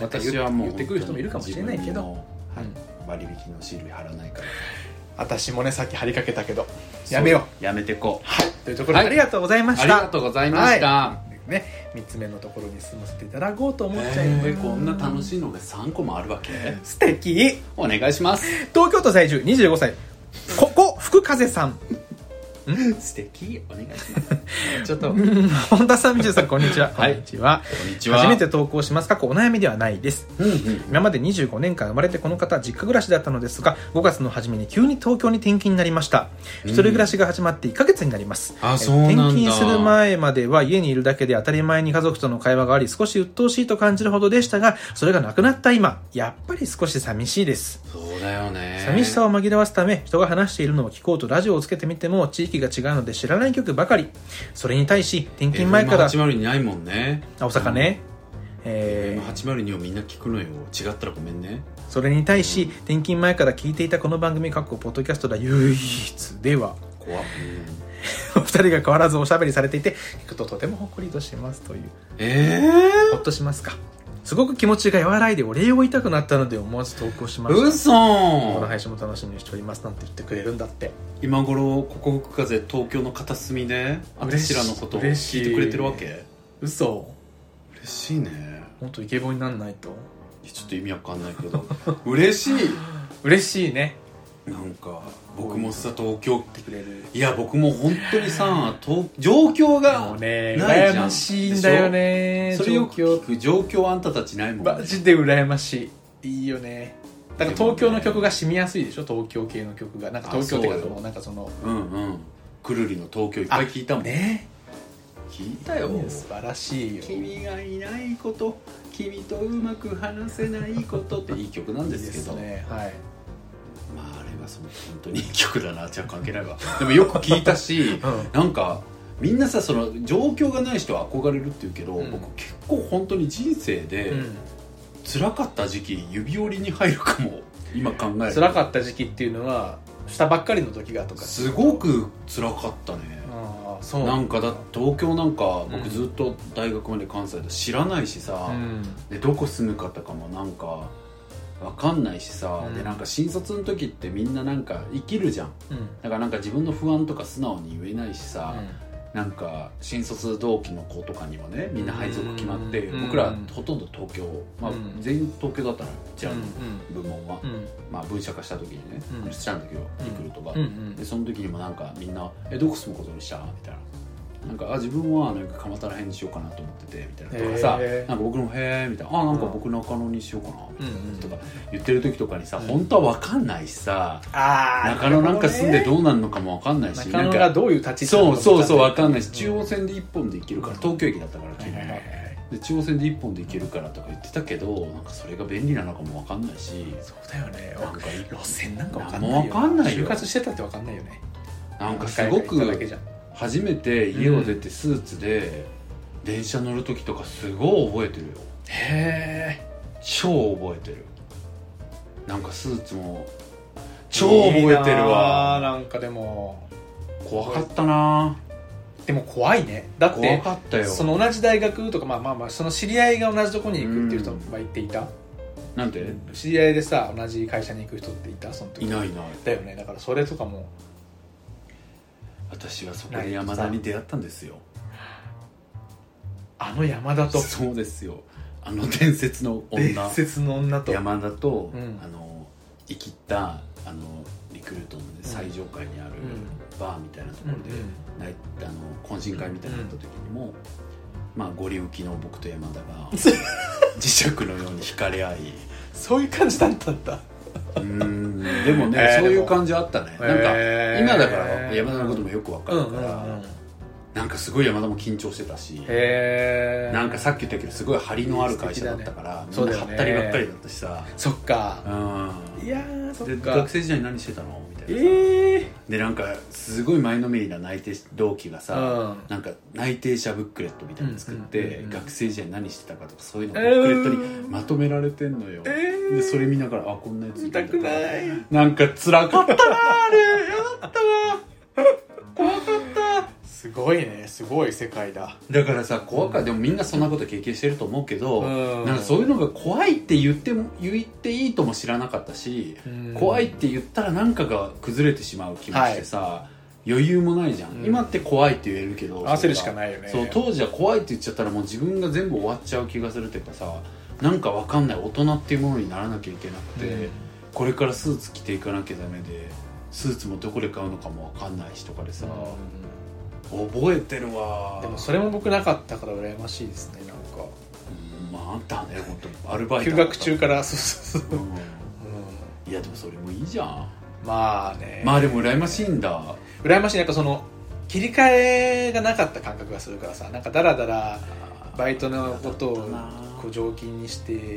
私はもう言ってくる人もいるかもしれないけど、 割引のシール貼らないから。 私もねさっき貼りかけたけどやめよう、やめてこう。 はい、というところで、ありがとうございました。 ありがとうございました、 ね、3つ目のところに進ませていただこうと思っちゃいます。 こんな楽しいのが3個もあるわけ？ 素敵。 お願いします。 東京都在住25歳ここ福風さん素敵、お願いしますちょっと本田さん、みちゅさん、こんにちは。 こんにちは。 初めて投稿します。お悩みではないです。今まで25年間生まれてこの方実家暮らしだったのですが、5月の初めに急に東京に転勤になりました。一人暮らしが始まって1ヶ月になります。転勤する前までは家にいるだけで当たり前に家族との会話があり、少し鬱陶しいと感じるほどでしたが、それがなくなった今、やっぱり少し寂しいです。 そうだよね。 寂しさを紛らわすため、人が話しているのを聞こうとラジオをつけてみても地域が違うので知らない曲ばかり。それに対し転勤前から FM802 ないもんね、 大阪ね、 FM802 をみんな聞くのよ。違ったらごめんね。 それに対し、転勤前から聞いていたこの番組ポッドキャストで唯一では怖っ、 お二人が変わらずおしゃべりされていて聞くととてもほっこりとしますという。ほっとしますか。すごく気持ちが和らいでお礼を言いたくなったので思わず投稿しました。 嘘。 この配信も楽しみにしておりますなんて言ってくれるんだって。 今頃ここ吹く風東京の片隅で私らのことを聞いてくれてるわけ？ 嘘。 嬉しいね。 もっとイケボになんないと。 ちょっと意味わかんないけど嬉しい。 嬉しいね。 なんか僕もさ東京ってくれる。 いや僕も本当にさ状況がもうね羨ましいんだよね。 それよく聞く。状況あんたたちないもんね。 マジで羨ましい。いいよね。だから東京の曲が染みやすいでしょ。東京系の曲がなんか東京っていうかなんかそのくるりの東京いっぱい聞いたもんね。 聞いたよ。 素晴らしいよ。 君がいないこと、君とうまく話せないことっていい曲なんですけど、 いいですね。はい。 まああれは本当にいい曲だな。じゃあ関係ないわ。でもよく聞いたし、なんかみんなさその状況がない人は憧れるって言うけど、僕結構本当に人生で辛かった時期指折りに入るかも。今考える。 辛かった時期っていうのはしたばっかりの時がとか。 すごく辛かったね。 そうなんかだ東京なんか僕ずっと大学まで関西で知らないしさ、でどこ住むかとかもなんか分かんないしさ、でなんか新卒の時ってみんななんか生きるじゃん、だからなんか自分の不安とか素直に言えないしさ、なんか新卒同期の子とかにもねみんな配属決まって、僕らほとんど東京、まあ、全員東京だったのうちらの部門は、まあ、分社化した時にね、したんだけどリクルートが、でその時にもなんかみんな「どこ住むことにした?」みたいななんか自分はなんか蒲田ら辺にしようかなと思っててみたいなとかさ、なんか僕のへーみたいな、なんか僕中野にしようかなみたいなとか言ってる時とかにさ、本当は分かんないしさ、中野なんか住んでどうなるのかも分かんないし、 中野がどういう立ち位置なのかそう分かんないし、中央線で1本で行けるから、東京駅だったから昨日で中央線で1本で行けるからとか言ってたけど、なんかそれが便利なのかも分かんないし、 そうだよね、なんか路線なんか分かんないよ、 もう分かんないよ、就活してたって分かんないよね。 なんかすごく初めて家を出てスーツで電車乗る時とかすごい覚えてるよ。 へえ、 超覚えてる。なんかスーツも超覚えてるわ。 なんかでも怖かったな。 でも怖いね。だって怖かったよ。 その同じ大学とか、まあその知り合いが同じとこに行くっていう人は言っていた。 なんで知り合いでさ同じ会社に行く人っていたその時。 いないだよね。だからそれとかも私はそこで山田に出会ったんですよ。 あの山田と。 そうですよ、あの伝説の女と山田と、生きったリクルートの最上階にあるバーみたいなところで、懇親会みたいになった時にも、まあゴリウキの僕と山田が磁石のように惹かれ合いそういう感じだったんだ。 でもね、そういう感じあったね。なんか今だから山田のこともよく分かるから、なんかすごい山田も緊張してたし、なんかさっき言ったけどすごい張りのある会社だったから、みんなはったりばっかりだったしさ。 そっか。いやそっか。 学生時代何してたのみたいなさ。でなんかすごい前のめりな内定同期がさ、なんか内定者ブックレットみたいなの作って、学生時代何してたかとかそういうのをブックレットにまとめられてんのよ。でそれ見ながらこんなやつ見たくない。 なんか辛かったなあれ。やだったわ。怖かった。 すごいね、すごい世界だ。 だからさ怖かった。でもみんなそんなこと経験してると思うけど、なんかそういうのが怖いって言っていいとも知らなかったし、怖いって言ったらなんかが崩れてしまう気もしてさ、余裕もないじゃん。今って怖いって言えるけど焦るしかないよね。 そう当時は怖いって言っちゃったらもう自分が全部終わっちゃう気がするっていうかさ、なんかわかんない大人っていうものにならなきゃいけなくて、これからスーツ着ていかなきゃダメで、スーツもどこで買うのかもわかんないしとかでさ、覚えてるわ。 でもそれも僕なかったから羨ましいですね。なんかまああんたね本当アルバイト休学中からそう、 いやでもそれもいいじゃん。 まあね。 まあでも羨ましいんだ。 羨ましい。なんかその切り替えがなかった感覚がするからさ、なんかダラダラバイトのことをこう常勤にして、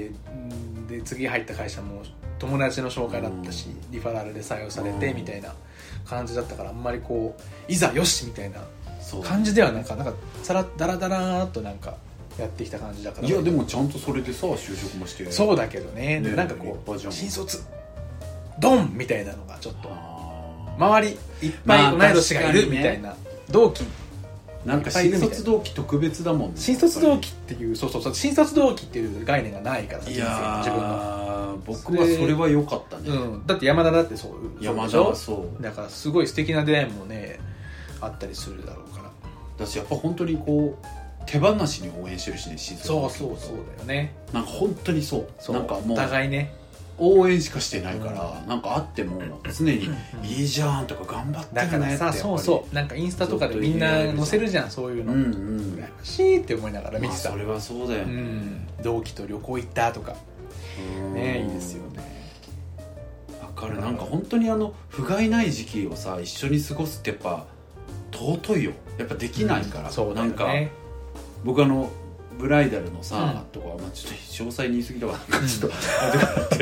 で次入った会社も友達の紹介だったし、リファラルで採用されてみたいな感じだったから、あんまりこういざよしみたいな感じではなんかダラダラーっとなんかやってきた感じだから。 いやでもちゃんとそれでさ就職もして。 そうだけどね。でなんかこう新卒ドンみたいなのがちょっと周りいっぱい同い年がいるみたいな、同期なんか新卒同期特別だもんね。 新卒同期っていうそう新卒同期っていう概念がないからさ、 いや自分の僕はそれは良かったね。 だって山田だってそう山田はそうだからすごい素敵な出会いもねあったりするだろうから。 だしやっぱ本当にこう手放しに応援してるしね、新卒同期。 そうだよね。 なんか本当にそうなんかもうお互いね応援しかしてないから、なんかあっても常にいいじゃんとか頑張ってるねって。 だからさ、そうなんかインスタとかでみんな載せるじゃん、そういうの。羨ましいって思いながら見てた。 それはそうだよね。 同期と旅行行ったとかね、いいですよね。 わかる。なんか本当に不甲斐ない時期をさ一緒に過ごすってやっぱ尊いよ。やっぱできないから。なんか僕ブライダルのさ、とか、ちょっと詳細に言い過ぎたかなんかちょっとで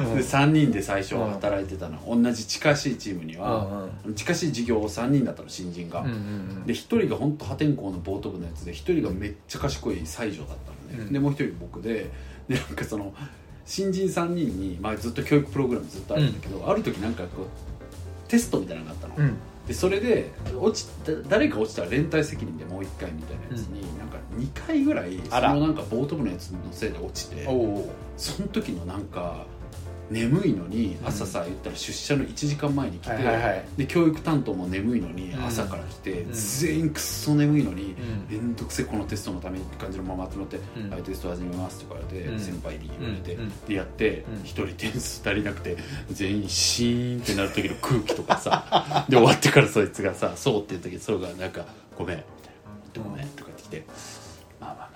3人で最初働いてたの、同じ近しいチームには、近しい事業を3人だったの、新人が。で1人が本当破天荒のボート部のやつで、1人がめっちゃ賢い西条だったのね。でもう1人僕でなんかその新人3人に、ずっと教育プログラムずっとあるんだけど、ある時なんかこうテストみたいなのがあったの。でそれで誰か落ちたら連帯責任でもう1回みたいなやつに、なんか2回ぐらいそのなんかボート部のやつのせいで落ちて、その時のなんか眠いのに朝さ、言ったら出社の1時間前に来て、で教育担当も眠いのに朝から来て、全員くっそ眠いのに、めんどくせえこのテストのためにって感じのまま集まって「はい、テスト始めます」って言われて、先輩に言われて、でやって1人点数足りなくて全員シーンってなる時の空気とかさで終わってからそいつがさ「そう」って言ったけど、そうがなんか「ごめん」みたいな。 ってもねとか言ってきて、まあ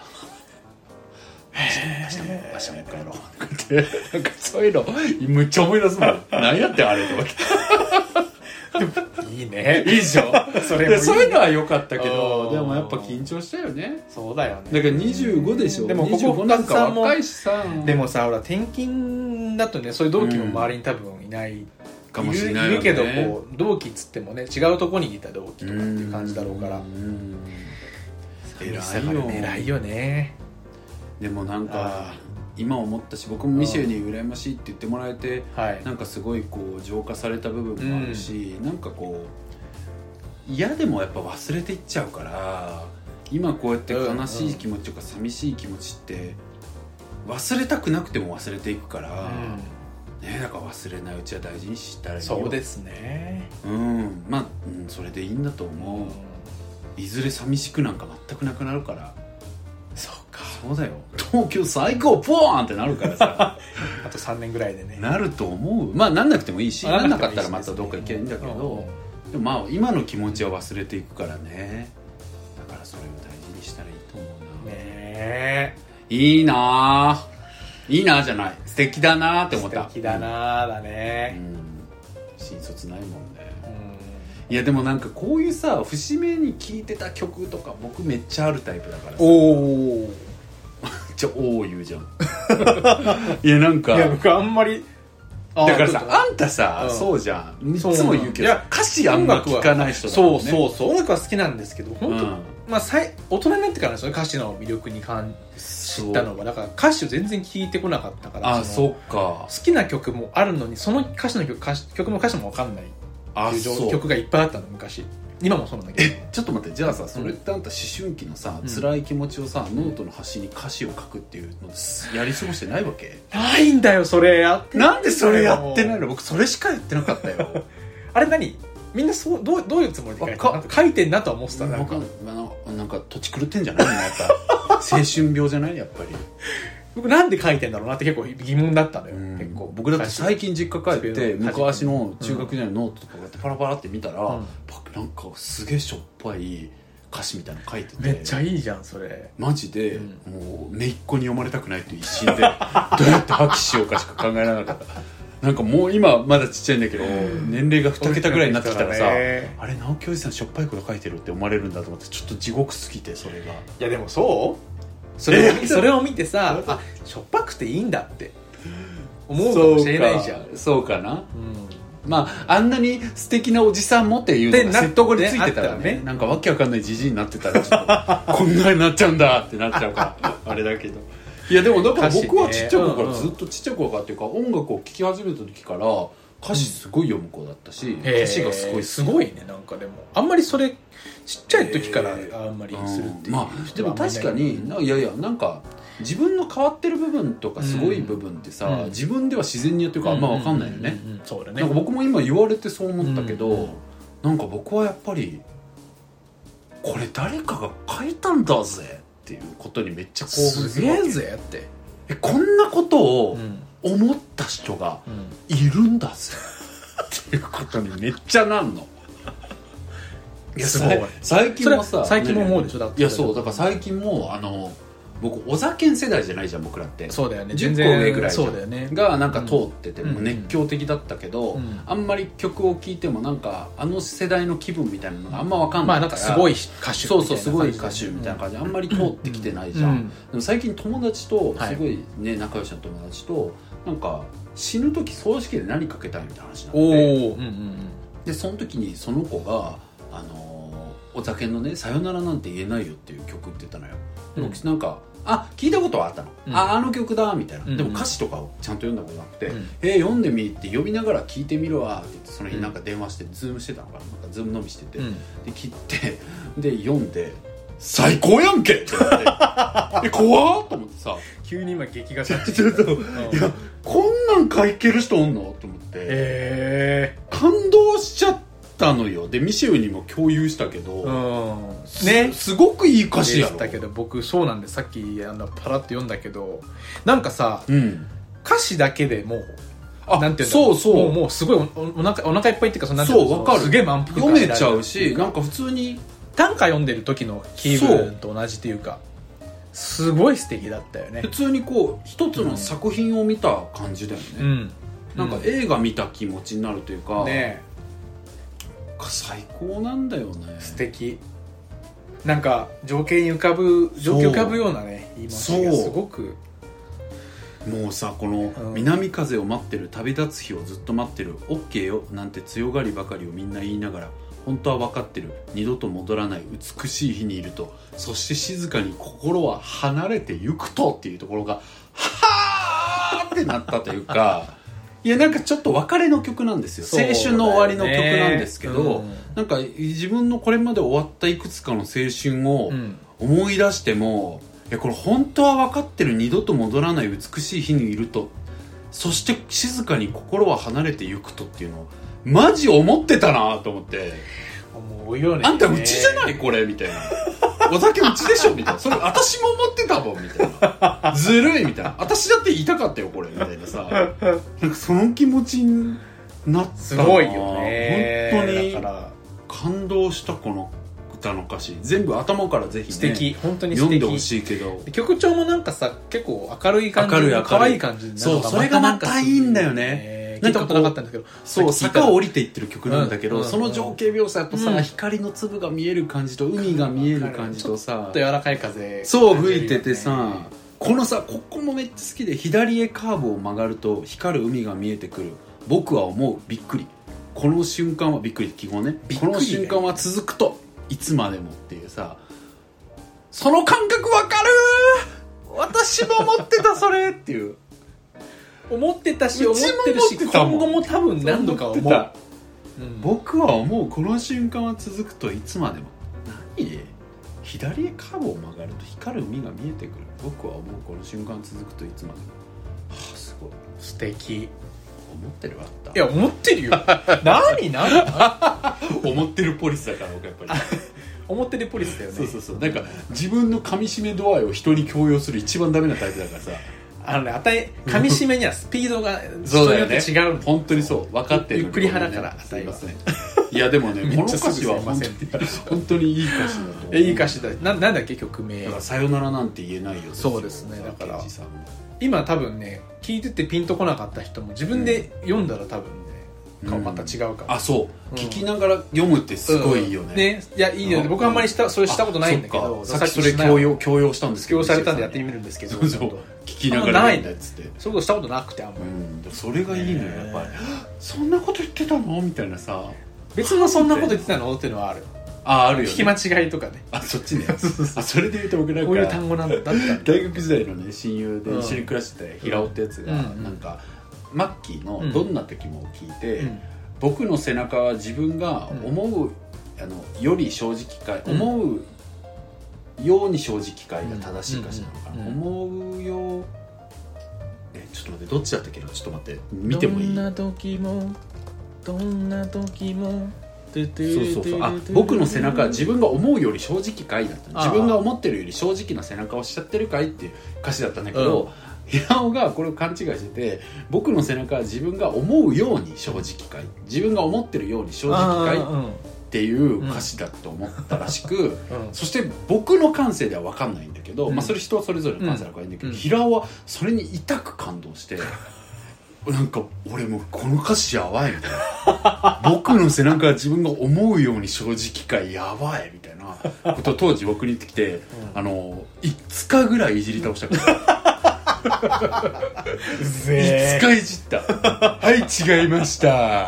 明日も帰ろうとか言ってなんかそういうのむっちゃ思い出すもん。何やってあれとかいいね。 いいでしょそれもいいね。 そういうのは良かったけど、でもやっぱ緊張したよね。 そうだよね。 だから25でしょ。 でも 25なんか若いしさ。 でもさ、ほら転勤だとね、そういう同期も周りに多分いない、 かもしれないよね。 いるけどこう同期っつってもね、違うとこにいた同期とかっていう感じだろうから。偉いよね。 でもなんか今思ったし、僕もミシェルに羨ましいって言ってもらえて、なんかすごいこう浄化された部分もあるし、なんかこう嫌でもやっぱ忘れていっちゃうから、今こうやって悲しい気持ちとか寂しい気持ちって忘れたくなくても忘れていくから、ね、だから忘れないうちは大事にしたらいいよ。 そうですね。 まあ、それでいいんだと思う。いずれ寂しくなんか全くなくなるから。 そうか。 そうだよ。東京最高ポーンってなるからさあと3年ぐらいでね。 なると思う。まあなんなくてもいいし、なんなかったらまたどっか行けるんだけど、でもまあ今の気持ちは忘れていくからね。だからそれを大事にしたらいいと思うな。 ねえ。 いいなぁ。いいなぁじゃない。素敵だなぁって思った。 素敵だなぁだね。 新卒ないもんね。いやでもなんかこういうさ、節目に聴いてた曲とか僕めっちゃあるタイプだからさ。じゃあ言うじゃんいやなんか、 いや僕あんまりだからさ、あんたさ、そうじゃん、いつも言うけど歌詞あんま聞かない人だもんね。 そう音楽は好きなんですけど、本当、まあ大人になってからですよね、歌詞の魅力に知ったのは。だから歌詞を全然聞いてこなかったから、 そうか、 好きな曲もあるのにその歌詞の曲も歌詞も分かんないっていう曲がいっぱいあったの昔。今もそうなんだけど。 ちょっと待って、じゃあさ、それってあんた思春期のさ、辛い気持ちをさ、ノートの端に歌詞を書くっていうのやり過ごしてないわけ？ ないんだよ、それやってない。 なんでそれやってないの？僕それしかやってなかったよあれ何？みんなそうどういうつもりで書いてた？書いてんなとは思ってた。なんか土地狂ってんじゃないの？やっぱ青春病じゃない？やっぱり僕なんで書いてんだろうなって結構疑問だったのよ。結構僕だって最近実家帰って昔の中学時代のノートとかこうやってパラパラって見たら、なんかすげえしょっぱい歌詞みたいなの書いてて、 めっちゃいいじゃんそれ。 マジで、もう姪っ子に読まれたくないという一心でどうやって破棄しようかしか考えられなかったなんかもう今まだちっちゃいんだけど、年齢が2桁ぐらいになってきたらさ、あれ直樹おじさんしょっぱいこと書いてるって思われるんだと思って、ちょっと地獄すぎて、それが。 いやでもそれを見てさ、あ、しょっぱくていいんだって思うかもしれないじゃん。 そうかな、まああんなに素敵なおじさんもっていうのが説得についてたらね、なんかわけわかんないじじいになってたらちょっとこんなになっちゃうんだってなっちゃうからあれだけど、いやでもだから僕はちっちゃい頃からずっとちっちゃい頃からっていうか、音楽を聴き始めた時から歌詞すごい読む子だったし、歌詞がすごいすごいね。なんかでもあんまりそれちっちゃい時からあんまりするっていう、 まあでも確かにいやなんか自分の変わってる部分とかすごい部分ってさ、自分では自然にやってるからあんま分かんないよね。 そうだね。 なんか僕も今言われてそう思ったけど、なんか僕はやっぱりこれ誰かが書いたんだぜっていうことにめっちゃ興奮するわけ。 すげえぜって、こんなことを思った人がいるんだぜっていうことにめっちゃなんの。いやすごい。最近もさ、 最近も思うでしょ。だっていやそうだから最近も僕お酒世代じゃないじゃん僕らって。 そうだよね。 10個上ぐらいじゃん。 そうだよね。 がなんか通ってて、もう熱狂的だったけど、あんまり曲を聴いてもなんかあの世代の気分みたいなのがあんま分かんないから、 まあなんかすごい歌手みたいな感じ、 そうすごい歌手みたいな感じであんまり通ってきてないじゃん。でも最近友達とすごいね、仲良しの友達となんか死ぬ時葬式で何かけたいみたいな話になって、でその時にその子がお酒のねさよならなんて言えないよっていう曲って言ったのよ。で僕なんか聞いたことはあったの、あの曲だみたいな、でも歌詞とかをちゃんと読んだことなくて、読んでみって呼びながら聞いてみるわって言って、その日なんか電話してズームしてたのかな、なんかズーム飲みしてて、で切ってで読んで最高やんけって言われて怖っと思ってさ、 急に今劇が立ちょっといやこんなん書ける人おんのと思って、感動しちゃったのよ。でミシェルにも共有したけど、ね、すごくいい歌詞やろ。 だけど僕そうなんで、さっきパラッと読んだけど、なんかさ、歌詞だけでもうなんていうんだろう、そうもうすごいお腹いっぱいっていうか、 そう分かる、 すげえ満腹読めちゃうし、なんか普通に短歌読んでる時の気分と同じというか、すごい素敵だったよね。 普通にこう一つの作品を見た感じだよね、うん、なんか映画見た気持ちになるというか、ね、最高なんだよね。 素敵。なんか情景浮かぶようなね言い回しがすごく。 もうさ、この南風を待ってる、旅立つ日をずっと待ってる、 OK よなんて強がりばかりをみんな言いながら、本当は分かってる、二度と戻らない美しい日にいると、そして静かに心は離れてゆくとっていうところがはーってなったというかいやなんかちょっと別れの曲なんですよ。青春の終わりの曲なんですけど、なんか自分のこれまで終わったいくつかの青春を思い出しても、いやこれ本当は分かってる、二度と戻らない美しい日にいると、そして静かに心は離れてゆくとっていうのをマジ思ってたなと思って、 思うよね。 あんたうちじゃないこれみたいな、お酒うちでしょみたいな、それ私も思ってたもんみたいな、ずるいみたいな、私だって言いたかったよこれみたいなさ、なんかその気持ちになった。 すごいよね。 本当に感動した。この歌の歌詞全部頭からぜひね、 素敵、本当に素敵、 読んでほしいけど、 曲調もなんかさ結構明るい感じ、可愛い感じになるのが、 そう、それがまたいいんだよね。 聞いたことなかったんですけど、 そう坂を降りていってる曲なんだけど、その情景描写とさ、光の粒が見える感じと海が見える感じとさ、ちょっと柔らかい風そう吹いててさ、このさ、ここもめっちゃ好きで、左へカーブを曲がると光る海が見えてくる、僕は思うびっくり、この瞬間はびっくり、記号ね、この瞬間は続くといつまでもっていうさ、その感覚わかるー、私も思ってたそれっていう思ってたし、思ってるし、今後も多分何度か思う、 僕は思う、この瞬間は続くといつまでも。何、左へカーブを曲がると光る海が見えてくる、僕は思う、この瞬間は続くといつまでも。はあ、すごい素敵。 思ってるわった。 いや思ってるよ何思ってるポリスだから僕やっぱり思ってるポリスだよね。 そう、なんか自分の噛み締め度合いを人に強要する一番ダメなタイプだからさ、 噛み締めにはスピードが人によって違う、 本当にそう分かってる、 ゆっくり派だから。 すいません。いやでもねこの歌詞は本当にいい歌詞だと思う。 いい歌詞だ。なんだっけ曲名。 だからさよならなんて言えないよ。 そうですね。だから今多分ね聞いててピンとこなかった人も自分で読んだら多分ね、また違うかも。 あ、そう、聞きながら読むってすごいいいよね。 ね、いやいいよね。僕はあんまりそれしたことないんだけど、 さっきそれ強要したんですけど、 強要されたんでやってみるんですけど、 聞きながら読んだっつって、 そういうことしたことなくて、あんまりそれがいいのよやっぱり。そんなこと言ってたのみたいなさ、 別のそんなこと言ってたのっていうのはある。 あるよね。 聞き間違いとかね。 あ、そっちね。それで言うと僕なんかこういう単語なんだった。 大学時代のね親友で一緒に暮らしてて平尾ってやつがなんかマッキーのどんな時も聞いて、僕の背中は自分が思うより正直かい、思うように正直かいが正しい歌詞なのかな。思うよ、ちょっと待って、どっちだったっけな、ちょっと待って、見てもいい？ どんな時もそうあ、僕の背中は自分が思うより正直かいだった。自分が思ってるより正直な背中をしちゃってるかいっていう歌詞だったんだけど、平尾がこれを勘違いしてて、僕の背中は自分が思うように正直かい、自分が思ってるように正直かいっていう歌詞だと思ったらしく、そして僕の感性では分かんないんだけど、それ人それぞれの感性だからいいんだけど、平尾はそれに痛く感動してなんか俺もうこの歌詞やばいみたいな僕の背中は自分が思うように正直かいやばいみたいなことを当時僕に言ってきて、5日ぐらいいじり倒したから5日いじったはい違いました、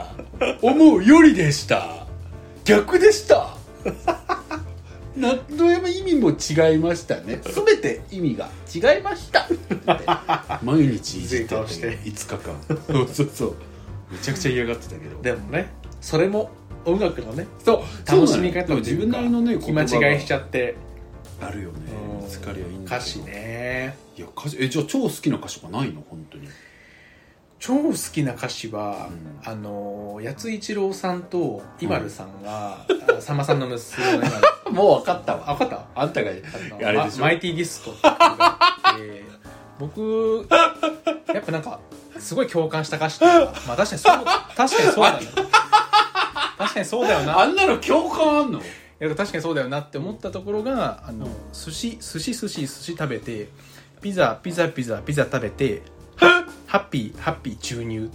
思うよりでした、逆でした何の意味も違いましたね、全て意味が違いました毎日いじってた5日間そうめちゃくちゃ嫌がってたけど、 でもねそれも音楽のね、 そう楽しみ方を自分なりのね気間違いしちゃってあるよね。疲れはいいんだ歌詞ね。 いや歌詞じゃあ超好きな歌詞がないの？本当に超好きな歌詞は、八津一郎さんとイマルさんが、さんまさんの娘のもう分かったわ。 分かった？ あんたがあれでしょ、 マイティディスコっていう曲があって僕やっぱなんかすごい共感した歌詞というか、まあ確かにそうだね確かにそうだよな。 あんなの共感あんの？ いや確かにそうだよなって思ったところが寿司食べてピザ食べてハッピー注入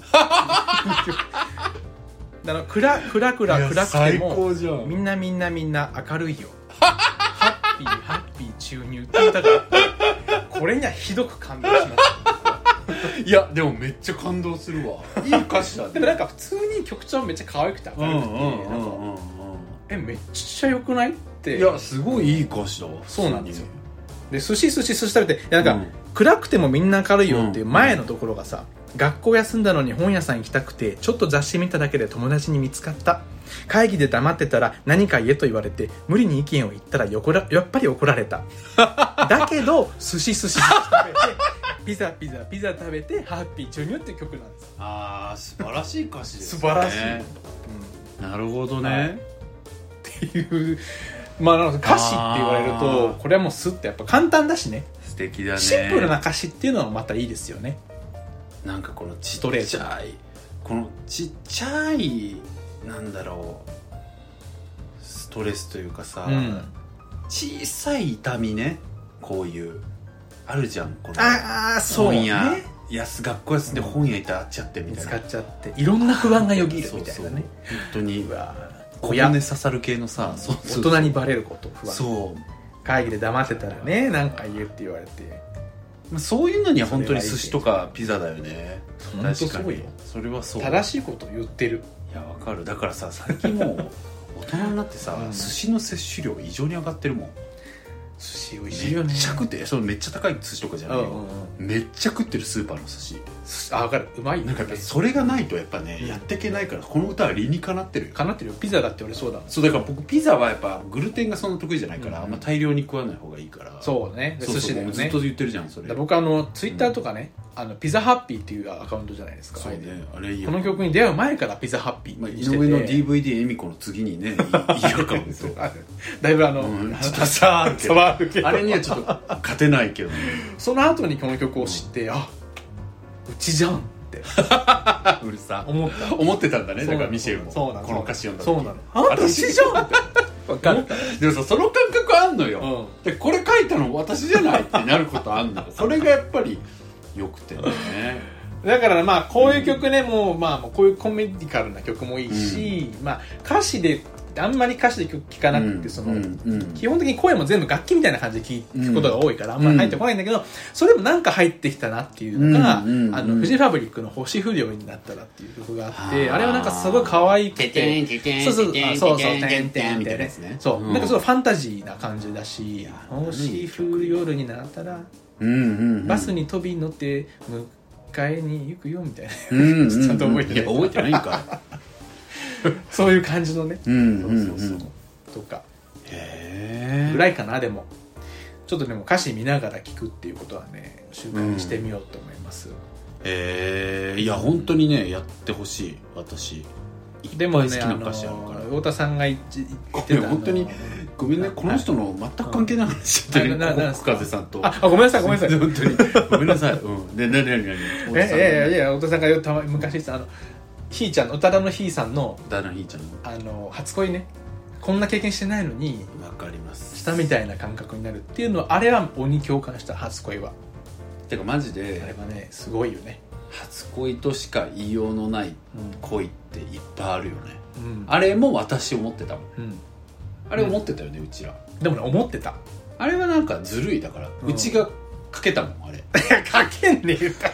暗くてもみんな明るいよハッピー注入って言ったからこれにはひどく感動しましたいやでもめっちゃ感動するわいい歌詞だねでもなんか普通に曲調めっちゃ可愛くて明るくてめっちゃ良くないっていやすごいいい歌詞だわそうなんですよで寿司食べてなんか、暗くてもみんな明るいよっていう前のところがさ、学校休んだのに本屋さん行きたくてちょっと雑誌見ただけで友達に見つかった会議で黙ってたら何か言えと言われて無理に意見を言ったらやっぱり怒られただけど寿司食べてピザ食べてハッピー注入っていう曲なんです。 あー素晴らしい歌詞ですね素晴らしい、 なるほどね、 はい、っていうまあ歌詞って言われるとこれはもうスッてやっぱ簡単だしね素敵だねシンプルな歌詞っていうのはまたいいですよね。 なんかこのちっちゃいこのちっちゃいなんだろうストレスというかさ、小さい痛みねこういうあるじゃんこのそうね学校休んで本屋行ったらあっちゃってみたいな使っちゃっていろんな不安がよぎるみたいなね本当に小骨刺さる系のさ、 大人にバレること不安そう会議で黙ってたらね何か言うって言われてそういうのには本当に寿司とかピザだよね。 本当そうよ。 それはそう正しいこと言ってる。 いやわかる。だからさ最近もう大人になってさ、寿司の摂取量異常に上がってるもん。 寿司美味しいよね。 めっちゃ食ってそのめっちゃ高い寿司とかじゃないよ、めっちゃ食ってるスーパーの寿司。 分かるうまい。 なんかやっぱそれがないとやっぱね、やっていけないからこの歌は理にかなってるよ。 かなってるよ。ピザだって俺そうだ。 そうだから僕ピザはやっぱグルテンがそんな得意じゃないから、あんま大量に食わない方がいいから。 そうね。寿司だよね。 ずっと言ってるじゃんそれ。 僕ツイッターとかね、ピザハッピーっていうアカウントじゃないですか。 そうね。あれいいよ。 この曲に出会う前からピザハッピーってしてて、井上の DVD 恵美子の次にねいいアカウント。 だいぶちょっとさー触るけど。 あれにはちょっと勝てないけどね。 その後にこの曲を知って、うちじゃんってうるさ思ってたんだね。だからミシェルもこの歌詞読んだ時、 そうなの。私じゃんって分かる。 でもさその感覚あんのよ、でこれ書いたの私じゃないってなることあんのよ。それがやっぱりよくてね。 だからまあこういう曲ね、もうこういうコメディカルな曲もいいし、歌詞であんまり歌詞で曲聴かなくて、基本的に声も全部楽器みたいな感じで聴くことが多いからあんまり入ってこないんだけど、それもなんか入ってきたなっていうのが、フジファブリックの星不良になったらっていう曲があって、あれはなんかすごい可愛くて、そうてんてんみたいなね、そうなんかすごいファンタジーな感じだし、星降る夜になったらバスに飛び乗って迎えに行くよみたいな、ちゃんと覚えてない。 覚えてないんかそういう感じのね、とかぐらいかな。でもちょっとでも歌詞見ながら聴くっていうことはね習慣にしてみようと思います。 いや本当にねやってほしい。私でもね、 好きな歌詞あるから太田さんが言ってた本当にごめんね、この人の全く関係ない話しちゃってね、風さんと。 ごめんなさい本当にごめんなさい。で何いや太田さんが昔さひーちゃん宇多田のひーさんの初恋ね、こんな経験してないのに分かりますしたみたいな感覚になるっていうのは、あれは鬼共感した。初恋はてかマジであれはねすごいよね。 初恋としか言いようのない恋っていっぱいあるよね、あれも私思ってたもん、あれ思ってたよね、うちら。 でもね思ってた。 あれはなんかずるい。だからうちがかけたもんあれ。 かけんねえか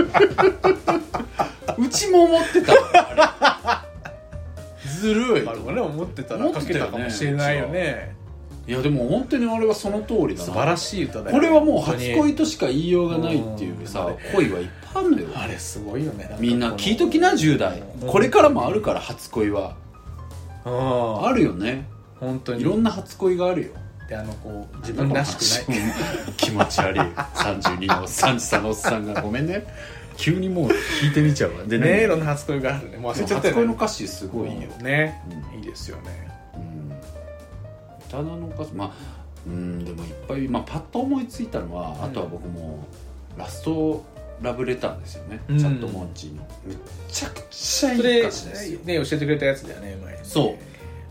うちも思ってたあれずるい。 あれもね思ってたらかけたかもしれないよね。 いやでも本当にあれはその通りだな。 素晴らしい歌だよ。 これはもう初恋としか言いようがないっていうさ、恋はいっぱいあるのよ。 あれすごいよね。 みんな聞いときな10代、これからもあるから初恋はあるよね。 本当にいろんな初恋があるよ。 でこう自分らしくない気持ち悪い32の33のおっさんがごめんね急にもう聞いてみちゃうわ。でね、いろんな初恋があるね。もう忘れちゃったよね。 初恋の歌詞すごいいいよね。いいですよね。 宇多田の歌詞でもいっぱい、パッと思いついたのは、あとは僕もラストラブレターですよね、チャットモンチーのめちゃくちゃいい歌詞ですよね。 教えてくれたやつだよね前。 そう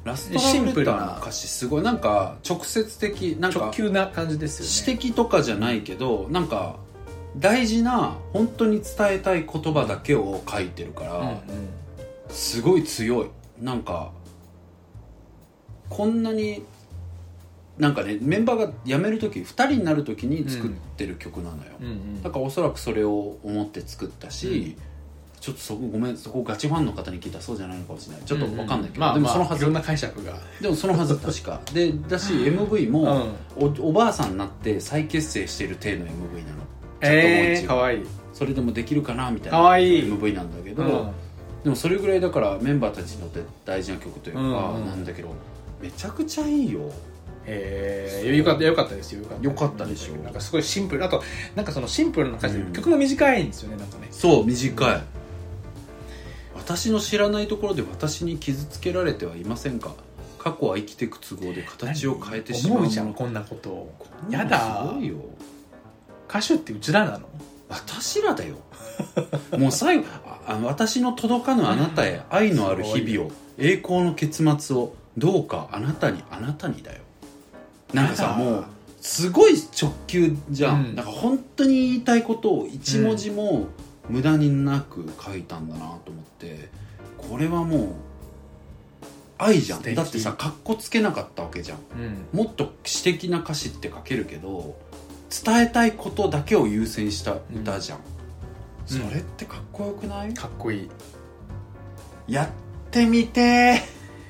ラストラブレターの歌詞すごいなんか直接的なんか直球な感じですよね。 指摘とかじゃないけどなんか大事な本当に伝えたい言葉だけを書いてるから、うんうん、すごい強い。なんかこんなになんかねメンバーが辞める時2人になる時に作ってる曲なのよ、うんうんうん、だからおそらくそれを思って作ったし、うん、ちょっとそこごめんそこガチファンの方に聞いたらそうじゃないのかもしれないちょっと分かんないけど、 うんうん、でもそのはずいろんな解釈がでもそのはず確かでだし MV も、うん、おばあさんになって再結成してる体の MV なの。 かわいい。 それでもできるかなみたいな MV なんだけど、うん、でもそれぐらいだからメンバーたちにとって大事な曲というか、うんうん、なんだけどめちゃくちゃいいよ。 よかったですよ。 よかったでしょ。 なんかすごいシンプル。あとなんかそのシンプルな歌詞で、うん、曲も短いんですよね。なんかね。 そう短い、うん。私の知らないところで私に傷つけられてはいませんか。過去は生きていく都合で形を変えてしまう。 思うじゃんこんなこと。やだ。 すごいよ。 歌手ってうちらなの？ 私らだよ。もう最後私の届かぬあなたへ愛のある日々を栄光の結末をどうかあなたにだよ。なんかさもうすごい直球じゃん、うん、なんか本当に言いたいことを一文字も無駄になく書いたんだなと思って、これはもう愛じゃん。だってさカッコつけなかったわけじゃん、うん、もっと詩的な歌詞って書けるけど伝えたいことだけを優先した歌じゃん、うん、それってかっこよくない？ かっこいい。 やってみて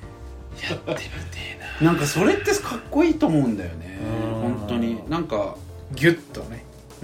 なんかそれってかっこいいと思うんだよね。本当になんかギュッとね。 うん。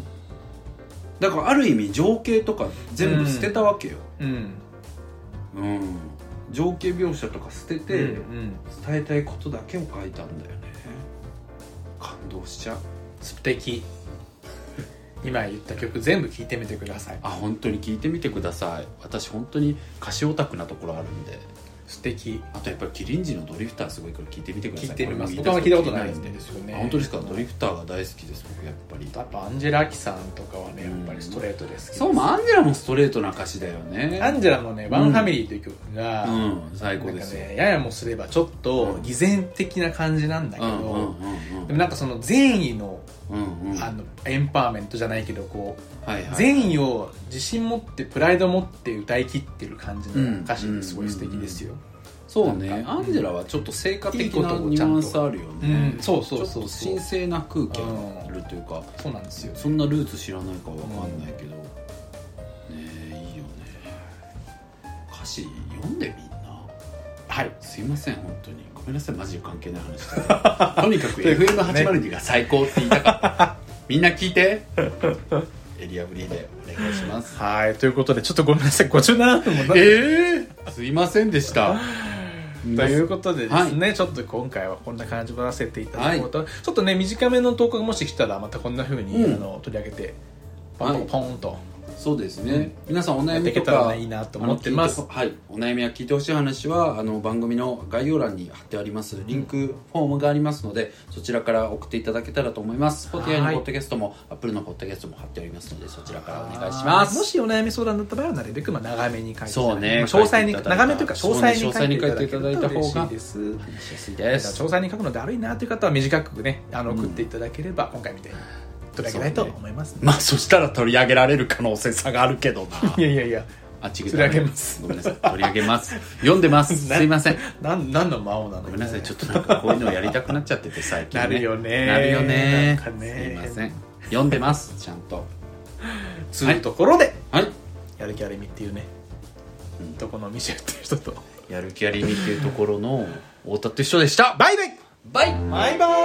だからある意味情景とか全部捨てたわけよ。うん。うん。情景描写とか捨てて、伝えたいことだけを書いたんだよね。感動しちゃう。 素敵。今言った曲全部聴いてみてください。 本当に聴いてみてください。私本当に歌詞オタクなところあるんで。 素敵。 あとやっぱりキリンジのドリフターすごいから聞いてみてください。 聞いてみます。僕は聞いたことないんですよね。 本当ですか？ドリフターが大好きです僕やっぱり。 あとアンジェラ・アキさんとかはねやっぱりストレートです。 そう、アンジェラもストレートな歌詞だよね。 アンジェラのねワンファミリーという曲が、 最高ですよ。 ややもすればちょっと偽善的な感じなんだけど、でもなんかその善意のエンパワーメントじゃないけどこう善意を自信持ってプライド持って歌い切ってる感じの歌詞がすごい素敵ですよ。 そうね、アンジェラはちょっと性格的なニュアンスあるよね。 そうちょっと神聖な空気があるというか、 そうなんですよ。 そんなルーツ知らないかわかんないけど、ねいいよね。歌詞読んでみんな。 はい。 すいません本当にごめんなさいマジで関係ない話で。とにかく FM802 が最高って言いたかった。みんな聞いて。エリアフリーでお願いします。 はい、ということでちょっとごめんなさい57分もすいませんでした。 ということでですね、ちょっと今回はこんな感じでさせていただこうと、ちょっとね短めの投稿がもし来たらまたこんな風に、取り上げてポンポンと、 そうですね、皆さんお悩みとかいいなと思ってます。 はい、お悩みや聞いてほしい話は番組の概要欄に貼ってありますリンクフォームがありますので、そちらから送っていただけたらと思います。Spotify のポッドキャストも Apple のポッドキャストも貼っておりますので、そちらからお願いします。 もしお悩み相談だった場合はなるべく長めに書いていただいて、 そうね、 詳細に長めというか詳細に書いていただいた方が話しやすいです。 詳細に書くのだるいなという方は短くね送っていただければ今回みたいに取り上げたいと思います、ね。 まあそしたら取り上げられる可能性差があるけどな。 いや取り上げます。ごめんなさい、取り上げます。読んでます。すいません。 何の魔王なの？ ごめんなさい、ちょっとなんかこういうのをやりたくなっちゃってて最近ね。 なるよね。 すいません。読んでます。ちゃんと。 つうところで、 はい。 やる気ありみっていうね、どこのミシェルっていう人とやる気ありみっていうところの太田と一緒でした。 バイバイ。 バイバイ。